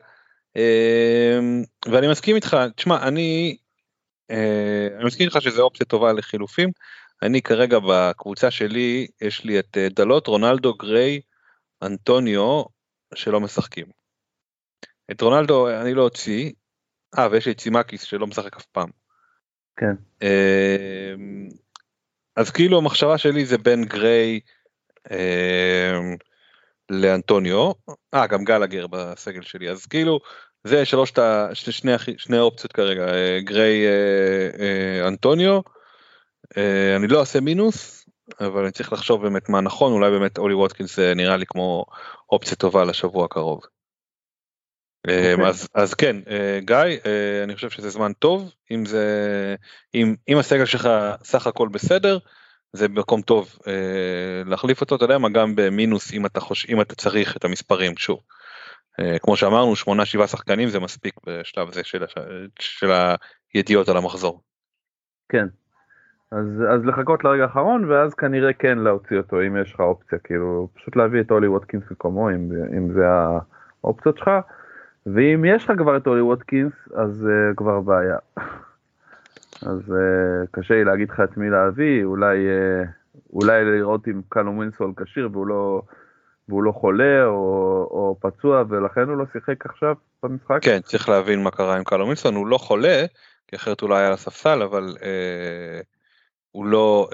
ואני מסכים איתך, תשמע, אני מסכים איתך שזה אופציה טובה לחילופים. אני כרגע בקבוצה שלי, יש לי את דלות, רונלדו, גריי, אנטוניו, שלא משחקים. את רונלדו אני לא הוציא, ויש לי את סימקיס שלא משחק אף פעם. כן. אז כאילו המחשבה שלי זה בין גריי לאנטוניו, גם גלגר בסגל שלי, אז כאילו זה שני אופציות כרגע, גריי אנטוניו, אני לא אעשה מינוס, אבל אני צריך לחשוב באמת מה נכון, אולי באמת אולי ווטקינס נראה לי כמו אופציה טובה לשבוע הקרוב. אז כן, גיא, אני חושב שזה זמן טוב, אם הסגל שלך סך הכל בסדר, זה במקום טוב להחליף אותו, אתה יודע מה, גם במינוס אם אתה צריך את המספרים, שוב. כמו שאמרנו, 8-7 שחקנים זה מספיק בשלב הזה של הידיעות על המחזור. כן. אז לחכות לרגע האחרון, ואז כנראה כן להוציא אותו, אם יש לך אופציה, כאילו, פשוט להביא את אולי ווטקינס במקומו, אם זה האופציות שלך, ואם יש לך כבר את אולי ווטקינס, אז כבר בעיה. אז קשה לי להגיד לך את מי להביא, אולי לראות אם קלום ווילסון כשיר והוא לא חולה או פצוע, ולכן הוא לא שיחק עכשיו במשחק. כן, צריך להבין מה קרה עם קלום ווילסון, הוא לא חולה, כי אחרת הוא לא היה לספסל, אבל הוא לא,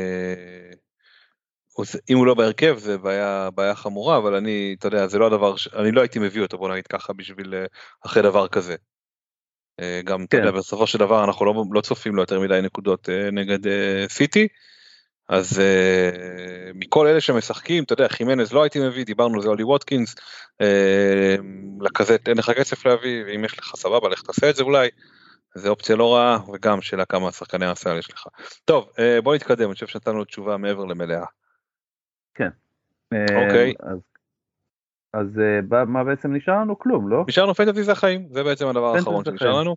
אם הוא לא בהרכב זה בעיה חמורה, אבל אתה יודע, זה לא הדבר, אני לא הייתי מביא אותו, בוא נגיד ככה, בשביל אחרי דבר כזה. גם, אתה יודע, בסופו של דבר אנחנו לא צופים לו יותר מדי נקודות נגד סיטי, אז מכל אלה שמשחקים, אתה יודע, חימנז לא הייתי מביא, דיברנו על זה אולי ווטקינס, לכזאת אין לך כסף להביא, ואם יש לך סבבה, לך תעשה את זה אולי, זה אופציה לא רעה, וגם שאלה כמה שחקני הסל יש לך. טוב, בוא נתקדם, אני חושב שנתנו תשובה מעבר למלאה. כן. אוקיי. אז מה בעצם נשאר לנו? כלום, לא? נשארנו פנטזי זה החיים, זה בעצם הדבר האחרון שנשאר לנו.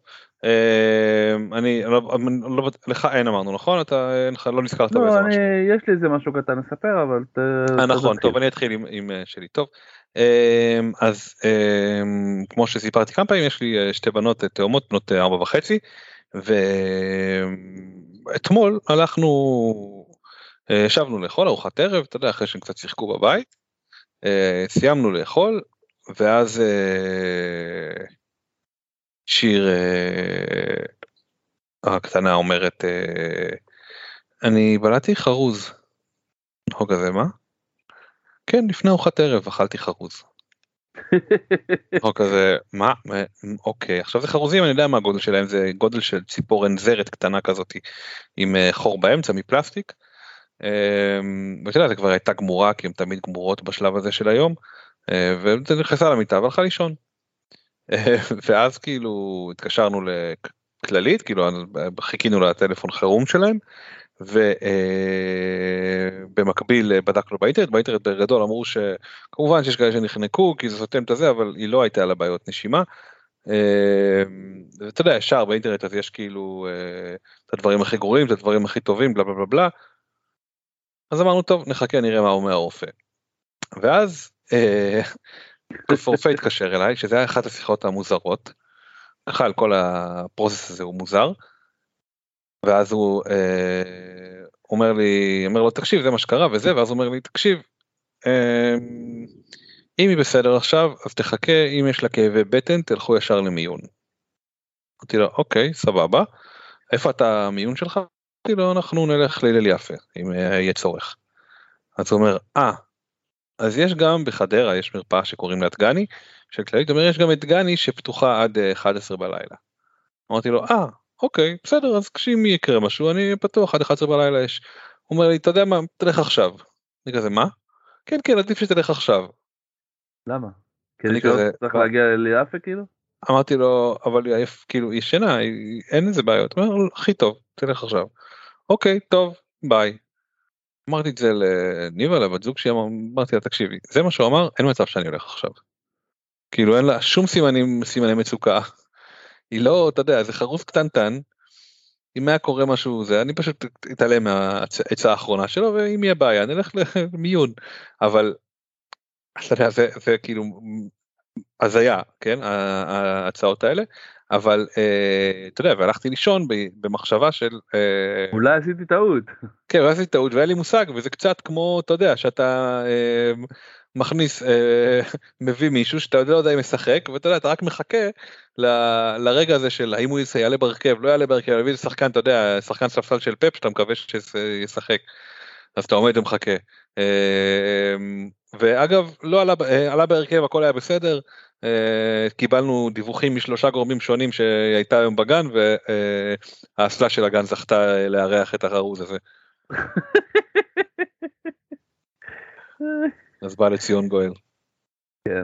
לך אין אמרנו, נכון? אתה לא נזכרת באיזה משהו. יש לי איזה משהו קטן לספר, אבל... נכון, טוב, אני אתחיל עם שלי. טוב, אז כמו שסיפרתי כמה פעמים, יש לי שתי בנות תאומות, בנות 4.5, ואתמול ישבנו לאכול ארוחת ערב, אתה יודע, אחרי שהם קצת שיחקו בבית, סיימנו לאכול, ואז שיר הקטנה אומרת, אני בלעתי חרוז. נכון כזה, מה? כן, לפני ארוחת ערב אכלתי חרוז. נכון כזה, מה? אוקיי, עכשיו זה חרוזים, אני יודע מה הגודל שלהם, זה גודל של ציפורן זרת קטנה כזאת, עם חור באמצע מפלסטיק, ואתה יודע, זה כבר הייתה גמורה, כי הן תמיד גמורות בשלב הזה של היום, וזה נכנסה למיטה והלכה לישון. ואז כאילו התקשרנו לכללית, כאילו חיכינו לטלפון חירום שלהם, ובמקביל בדקנו באינטרנט בגדול אמרו שכמובן שיש כאלה שנחנקו, כי זה סותם את זה, אבל היא לא הייתה לה בעיות נשימה. ואתה יודע, ישר באינטרנט אז יש כאילו את הדברים הכי גרועים, את הדברים הכי טובים, בלה בלה בלה בלה. אז אמרנו, טוב, נחכה, נראה מה אומר הרופא. ואז רופא התקשר אליי, שזה היה אחת השיחות המוזרות, בכלל כל הפרוסס הזה הוא מוזר, ואז הוא אומר לו, תקשיב, זה מה שקרה וזה, ואז הוא אומר לי, תקשיב, אם היא בסדר עכשיו, אז תחכה, אם יש לה כאבי בטן, תלכו ישר למיון. אמרתי לו, אוקיי, סבבה, איפה אתה המיון שלך? אמרתי לו, אנחנו נלך להלל יפה, אם יהיה צורך. אז הוא אומר, אז יש גם בחדרה, יש מרפאה שקוראים לה דגני, של כללית, אומר, יש גם את דגני שפתוחה עד 11 בלילה. אמרתי לו, אוקיי, בסדר, אז כשאם יקרה משהו, אני פתוח עד 11 בלילה יש. הוא אומר לי, אתה יודע מה, תלך עכשיו. אני כזה, מה? כן, כן, עדיף שתלך עכשיו. למה? כדי אני שלא כזה, צריך להגיע ליפה כאילו? אמרתי לו, אבל היא עייף, כאילו, היא ישנה, אין איזה בעיות. הוא אומר, הכי טוב, תלך עכשיו. אוקיי, טוב, ביי. אמרתי את זה לניבה, לבת זוג שהיא, אמרתי לה, תקשיבי, זה מה שהוא אמר, אין מצב שאני הולך עכשיו. כאילו, אין לה שום סימני מצוקה. היא לא, אתה יודע, זה חרוף קטנטן, אם היה קורה משהו זה, אני פשוט אתעלם מהעצה האחרונה שלו, ואם יהיה בעיה, נלך למיון. אבל, אתה יודע, זה כאילו, הזיה, כן, ההצעות האלה, אבל, אתה יודע, והלכתי לישון במחשבה של, אולי עשיתי טעות. כן, לא עשיתי טעות, והיה לי מושג, וזה קצת כמו, אתה יודע, שאתה מכניס, מביא מישהו שאתה לא יודע אם משחק, ואתה יודע, אתה רק מחכה לרגע הזה של האם הוא יעלה בהרכב, לא יעלה בהרכב, להביא שחקן, אתה יודע, שחקן ספסל של פפ, שאתה מקווה שישחק, אז אתה עומד ומחכה. ואגב, לא עלה בהרכב, הכל היה בסדר, קיבלנו דיווחים משלושה גורמים שונים שהייתה היום בגן, והאסלה של הגן זכתה לארח את הרעוז הזה. אז בא לציון גואל. כן.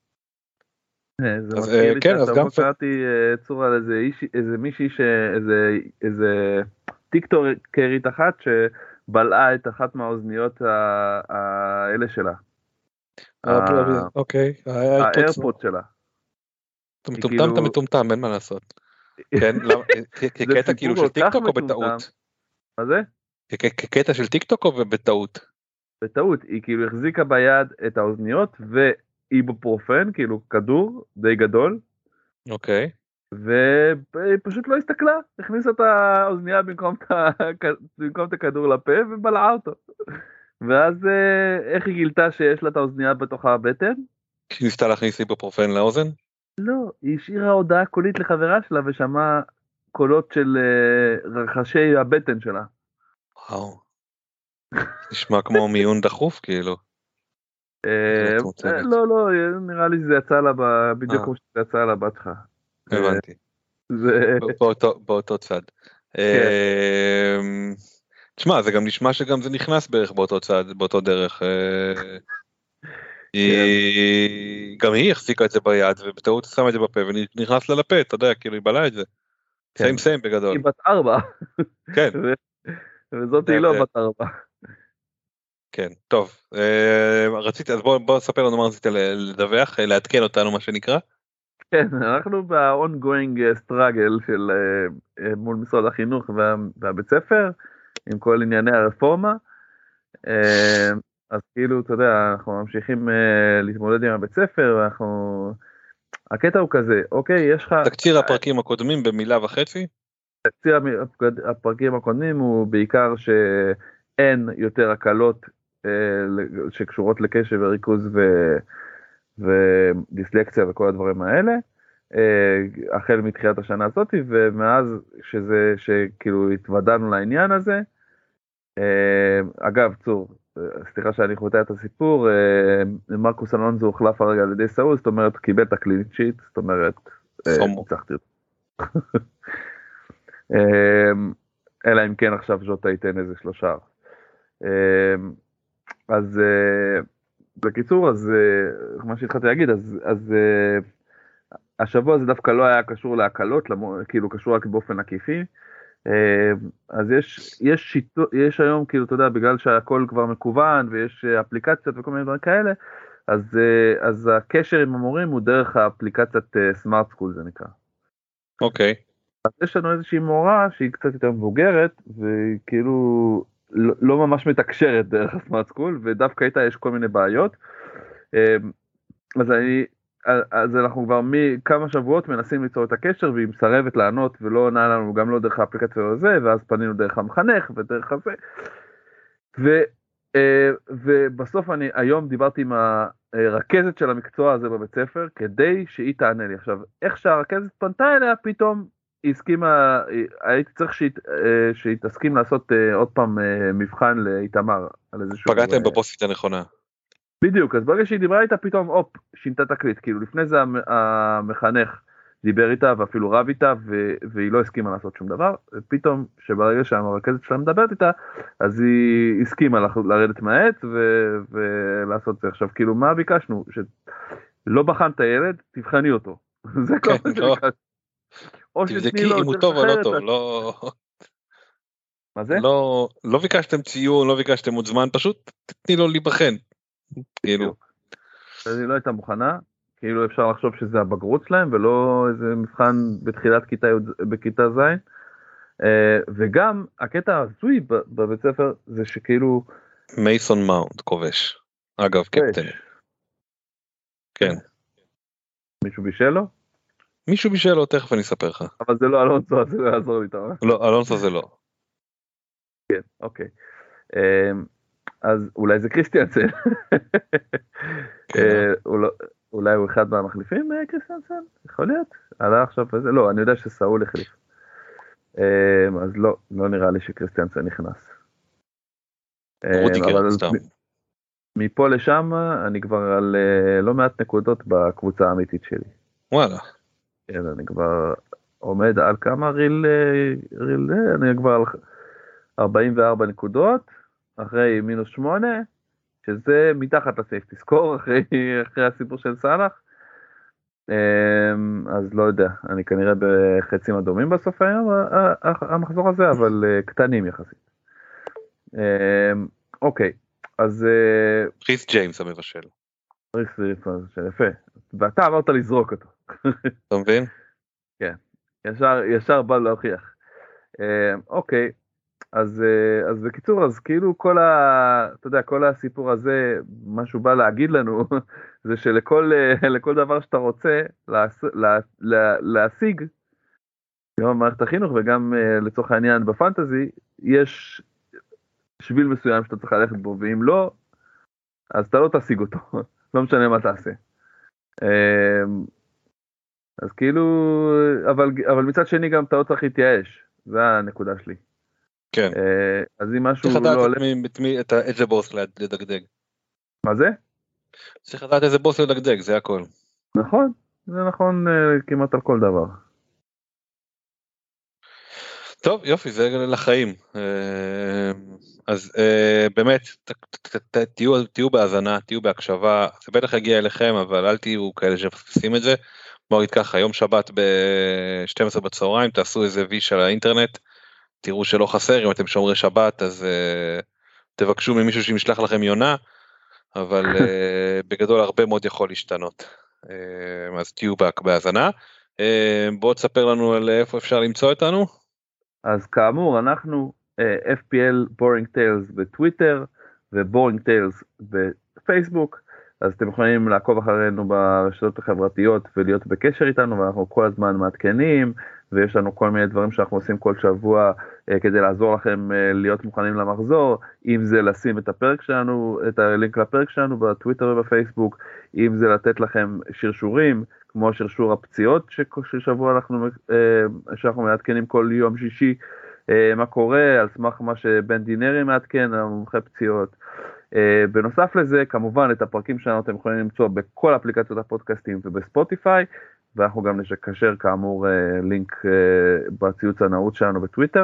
זה אז, מזכיר לי כן, אז גם שהשבוע קראתי צורה על איזה מישהי, איזה טיקטוקרית אחת שבלעה את אחת מהאוזניות האלה שלה. אוקיי, האיירפוד שלה. אתה מטומטם, אתה מטומטם, אין מה לעשות. כן, כקטע כאילו של טיקטוק או בטעות? מה זה? כקטע של טיקטוק או בטעות? בטעות, היא כאילו החזיקה ביד את האוזניות ואיבופרופן, כאילו כדור די גדול. אוקיי. והיא פשוט לא הסתכלה, הכניסה את האוזנייה במקום את הכדור לפה ובלעה אותו. ואז איך היא גילתה שיש לה את האוזנייה בתוך הבטן? היא ניסתה להכניס איבופרופן לאוזן? לא, היא השאירה הודעה קולית לחברה שלה ושמעה קולות של רחשי הבטן שלה. וואו. נשמע כמו מיון דחוף כאילו. לא, נראה לי שזה יצא לה בדיוק כמו שזה יצא לה בת שלך. הבנתי. באותו צד. תשמע, זה גם נשמע שגם זה נכנס בערך באותו צד, באותו דרך. גם היא החזיקה את זה ביד ובטעות שמה את זה בפה ונכנס לה לפה, אתה יודע, כאילו היא בלעה את זה. סיים בגדול. היא בת 4. כן. וזאת היא לא בת 4. כן, טוב. רציתי, אז בוא ספר לנו מה רצית לדווח, לעדכן אותנו מה שנקרא. כן, אנחנו ב-ongoing struggle של מול משרד החינוך והבית ספר, עם כל ענייני הרפורמה. אז כאילו, אתה יודע, אנחנו ממשיכים להתמודד עם הבית ספר, ואנחנו... הקטע הוא כזה, אוקיי, יש לך... תקציר הפרקים הקודמים במילה וחצי? תקציר הפרקים הקודמים הוא בעיקר שאין יותר הקלות שקשורות לקשב וריכוז ודיסלקציה וכל הדברים האלה, החל מתחילת השנה הזאת, ומאז שכאילו התוודענו לעניין הזה, אגב, צור, סליחה שאני חוטא את הסיפור, מרקוס אלונזו הוחלף הרגע על ידי סאול, זאת אומרת, קיבל את הקלין שיט, זאת אומרת, ניצחתי אותו. אלא אם כן עכשיו ז'וטה ייתן איזה 3. אז בקיצור, אז מה שהתחלתי להגיד, אז השבוע זה דווקא לא היה קשור להקלות, כאילו קשור רק באופן עקיפי. אז יש היום, כאילו, אתה יודע, בגלל שהכל כבר מקוון, ויש אפליקציות וכל מיני דברים כאלה, אז הקשר עם המורים הוא דרך האפליקציית סמארט סקול, זה נקרא. אוקיי. אז יש לנו איזושהי מורה שהיא קצת יותר מבוגרת, וכאילו לא ממש מתקשרת דרך הסמארט סקול, ודווקא איתה יש כל מיני בעיות. אז אנחנו כבר מכמה שבועות מנסים ליצור את הקשר, והיא מסרבת לענות ולא עונה לנו גם לא דרך האפליקציה הזה, ואז פנינו דרך המחנך ודרך הזה. ובסוף אני היום דיברתי עם הרכזת של המקצוע הזה בבית ספר, כדי שהיא תענה לי. עכשיו, איך שהרכזת פנתה אליה, פתאום היא הסכימה, הייתי צריך שהיא תסכים לעשות עוד פעם מבחן לאיתמר. פגעתם בבוסית הנכונה. בדיוק, אז ברגע שהיא דיברה איתה, פתאום, אופ, שינתה תקליט, כאילו לפני זה המחנך דיבר איתה, ואפילו רב איתה, והיא לא הסכימה לעשות שום דבר, ופתאום, שברגע שהמרכזת שלה מדברת איתה, אז היא הסכימה לרדת מהעץ, ולעשות זה. עכשיו, כאילו, מה ביקשנו? שלא בחן את הילד, תבחני אותו. זה כל מה שביקשנו. או תבדקי אם הוא טוב או לא טוב, לא... מה זה? לא ביקשתם ציון, לא ביקשתם עוד זמן, פשוט תתני לו להיבחן. כאילו. אז היא לא הייתה מוכנה, כאילו אפשר לחשוב שזה הבגרות שלהם, ולא איזה מבחן בתחילת בכיתה ז'. וגם הקטע הזוי בבית ספר, זה שכאילו... מייסון מאונט כובש. אגב, קפטן. כן. מישהו בישל לו? מישהו בישל לו, תכף אני אספר לך. אבל זה לא אלונסו, זה לא יעזור לי, אתה אומר? לא, אלונסו זה לא. כן, אוקיי. אז אולי זה קריסטיאנסן. אולי הוא אחד מהמחליפים, קריסטיאנסן? יכול להיות? עלה עכשיו וזה? לא, אני יודע שסאול החליף. אז לא נראה לי שקריסטיאנסן נכנס. רודיגר, סתם. מפה לשם אני כבר על לא מעט נקודות בקבוצה האמיתית שלי. וואלה. כן, אני כבר עומד על כמה ריל, אני כבר על 44 נקודות, אחרי מינוס 8, שזה מתחת לסייפטי סקור, אחרי הסיפור של סלאח. אז לא יודע, אני כנראה בחצים אדומים בסוף היום, המחזור הזה, אבל קטנים יחסית. אוקיי, אז... ריס ג'יימס המבשל. ריס המבשל, יפה. ואתה אמרת לזרוק אותו. אתה מבין? כן, ישר בא להוכיח. אוקיי, אז בקיצור, אז כאילו אתה יודע, כל הסיפור הזה, מה שהוא בא להגיד לנו, זה שלכל דבר שאתה רוצה להשיג, גם במערכת החינוך וגם לצורך העניין בפנטזי, יש שביל מסוים שאתה צריך ללכת בו, ואם לא, אז אתה לא תשיג אותו, לא משנה מה תעשה. אז כאילו, אבל מצד שני גם אתה לא צריך להתייאש, זה הנקודה שלי. כן. אז אם משהו צריך לא לדעת איזה בוס לדגדג. מה זה? צריך לדעת איזה בוס לדגדג, זה הכל. נכון, זה נכון כמעט על כל דבר. טוב, יופי, זה לחיים. אז באמת, תהיו בהאזנה, תהיו בהקשבה, זה בטח יגיע אליכם, אבל אל תהיו כאלה שמפספסים את זה. בואו נגיד ככה, יום שבת ב-12 בצהריים, תעשו איזה ויש על האינטרנט, תראו שלא חסר, אם אתם שומרי שבת, אז תבקשו ממישהו שישלח לכם יונה, אבל בגדול הרבה מאוד יכול להשתנות. אז תהיו בהאזנה. בואו תספר לנו על איפה אפשר למצוא אותנו. אז כאמור, אנחנו FPL Boring Tales בטוויטר, ו-Boring Tales בפייסבוק, אז אתם יכולים לעקוב אחרינו ברשתות החברתיות ולהיות בקשר איתנו, ואנחנו כל הזמן מעדכנים, ויש לנו כל מיני דברים שאנחנו עושים כל שבוע כדי לעזור לכם להיות מוכנים למחזור, אם זה לשים את הפרק שלנו, את הלינק לפרק שלנו בטוויטר ובפייסבוק, אם זה לתת לכם שרשורים, כמו שרשור הפציעות ששבוע שאנחנו מעדכנים כל יום שישי, מה קורה, על סמך מה שבן דינרי מעדכן, המומחה פציעות. בנוסף לזה, כמובן את הפרקים שלנו אתם יכולים למצוא בכל אפליקציות הפודקאסטים ובספוטיפיי, ואנחנו גם נקשר כאמור לינק בציוץ הנעוץ שלנו בטוויטר.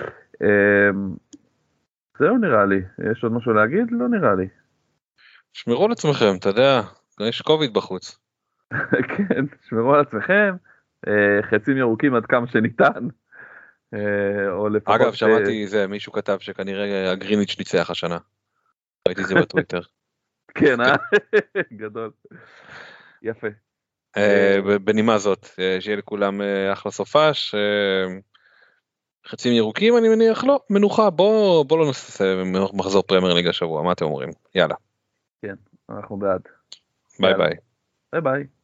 זהו נראה לי, יש עוד משהו להגיד? לא נראה לי. שמרו על עצמכם, אתה יודע, יש קוביד בחוץ. כן, שמרו על עצמכם, חצים ירוקים עד כמה שניתן. אגב, שמעתי זה, מישהו כתב שכנראה הגריניץ' ניצח השנה. ראיתי את זה בטוויטר. כן, גדול. יפה. בנימה זאת, שיהיה לכולם אחלה סופש, חצים ירוקים אני מניח, לא, מנוחה, בוא לא נעשה מחזור פרמייר ליג השבוע, מה אתם אומרים? יאללה. כן, אנחנו בעד. ביי ביי. ביי ביי.